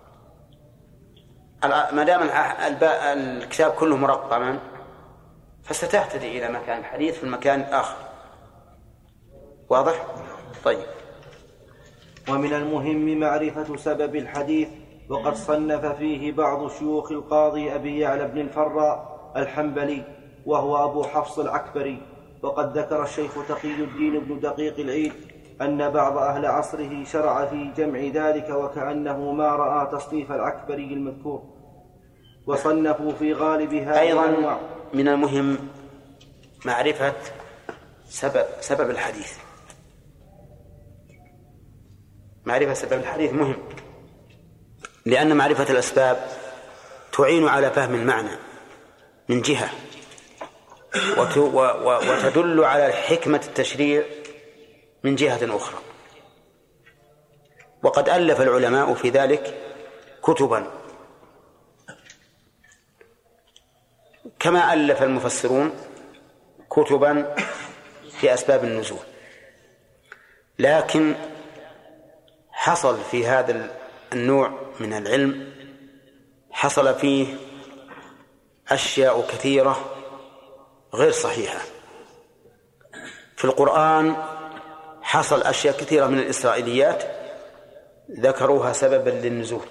ما دام الكتاب كله مرقما فستهتدي إلى مكان الحديث في المكان الآخر. واضح؟ طيب. ومن المهم معرفة سبب الحديث وقد صنف فيه بعض شيوخ القاضي أبي يعلى بن الفراء الحنبلي وهو أبو حفص العكبري. وقد ذكر الشيخ تقي الدين بن دقيق العيد أن بعض أهل عصره شرع في جمع ذلك وكأنه ما رأى تصنيف العكبري المذكور، وصنفوا في غالب هذه أيضا الأنواع. من المهم معرفة سبب سبب الحديث. معرفة سبب الحديث مهم، لأن معرفة الأسباب تعين على فهم المعنى من جهة، وتدل على حكمة التشريع من جهة أخرى. وقد ألف العلماء في ذلك كتبا، كما ألف المفسرون كتبا في أسباب النزول. لكن حصل في هذا النوع من العلم حصل فيه أشياء كثيرة غير صحيحة. في القرآن حصل أشياء كثيرة من الإسرائيليات ذكروها سببا للنزول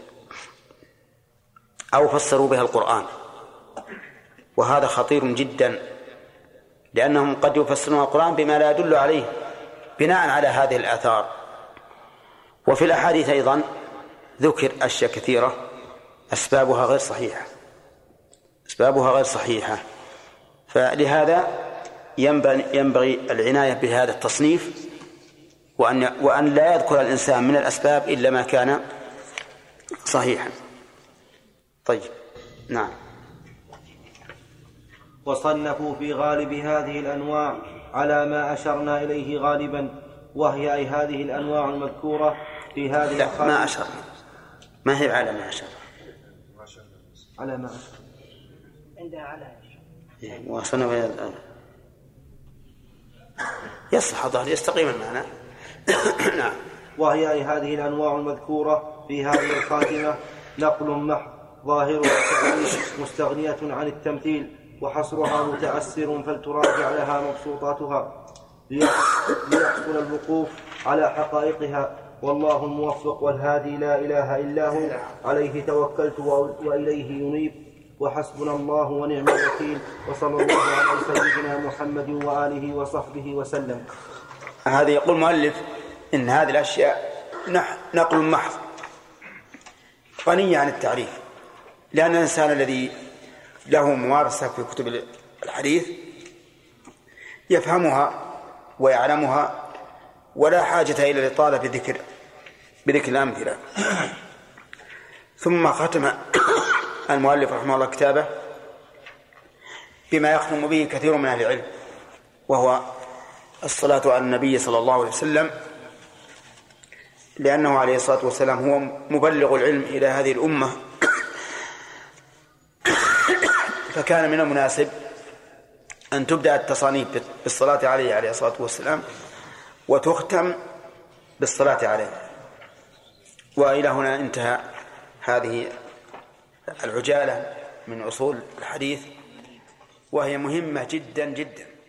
أو فسروا بها القرآن، وهذا خطير جدا، لأنهم قد يفسرون القرآن بما لا يدل عليه بناء على هذه الآثار. وفي الأحاديث أيضا ذكر أشياء كثيرة أسبابها غير صحيحة أسبابها غير صحيحة فلهذا ينبغي العناية بهذا التصنيف، وأن وأن لا يذكر الإنسان من الأسباب إلا ما كان صحيحا. طيب. نعم. وصنفوا في غالب هذه الأنواع على ما أشرنا إليه غالبا، وهي أي هذه الأنواع المذكورة في هذه لا ما أشرنا، ما هي على ما أشرنا، على ما أشرنا عندها على وصنفوا الآن يصلح ظهر يستقيم المعنى. نعم. وهي أي هذه الأنواع المذكورة في هذه الخاتمة نقل محض ظاهر مستغنية عن التمثيل، وحصرها متأثر فلتراجع لها مبسوطاتها ليحصل الوقوف على حقائقها. والله الموفق والهادي لا إله إلا هو، عليه توكلت وإليه ينيب، وحسبنا الله ونعم الوكيل، وصلى الله على سيدنا محمد وآله وصحبه وسلم. هذا يقول المؤلف إن هذه الأشياء نقل محض غنية عن التعريف، لأن الإنسان الذي له ممارسة في كتب الحديث يفهمها ويعلمها ولا حاجة إلى الإطالة بذكر بذكر الأمثلة. ثم ختم المؤلف رحمه الله كتابه بما يختم به كثير من أهل العلم، وهو الصلاة على النبي صلى الله عليه وسلم لأنه عليه الصلاة والسلام هو مبلغ العلم إلى هذه الأمة، فكان من المناسب أن تبدأ التصانيف بالصلاة عليه عليه الصلاة والسلام وتختم بالصلاة عليه. وإلى هنا انتهى هذه العجالة من أصول الحديث، وهي مهمة جدا جدا.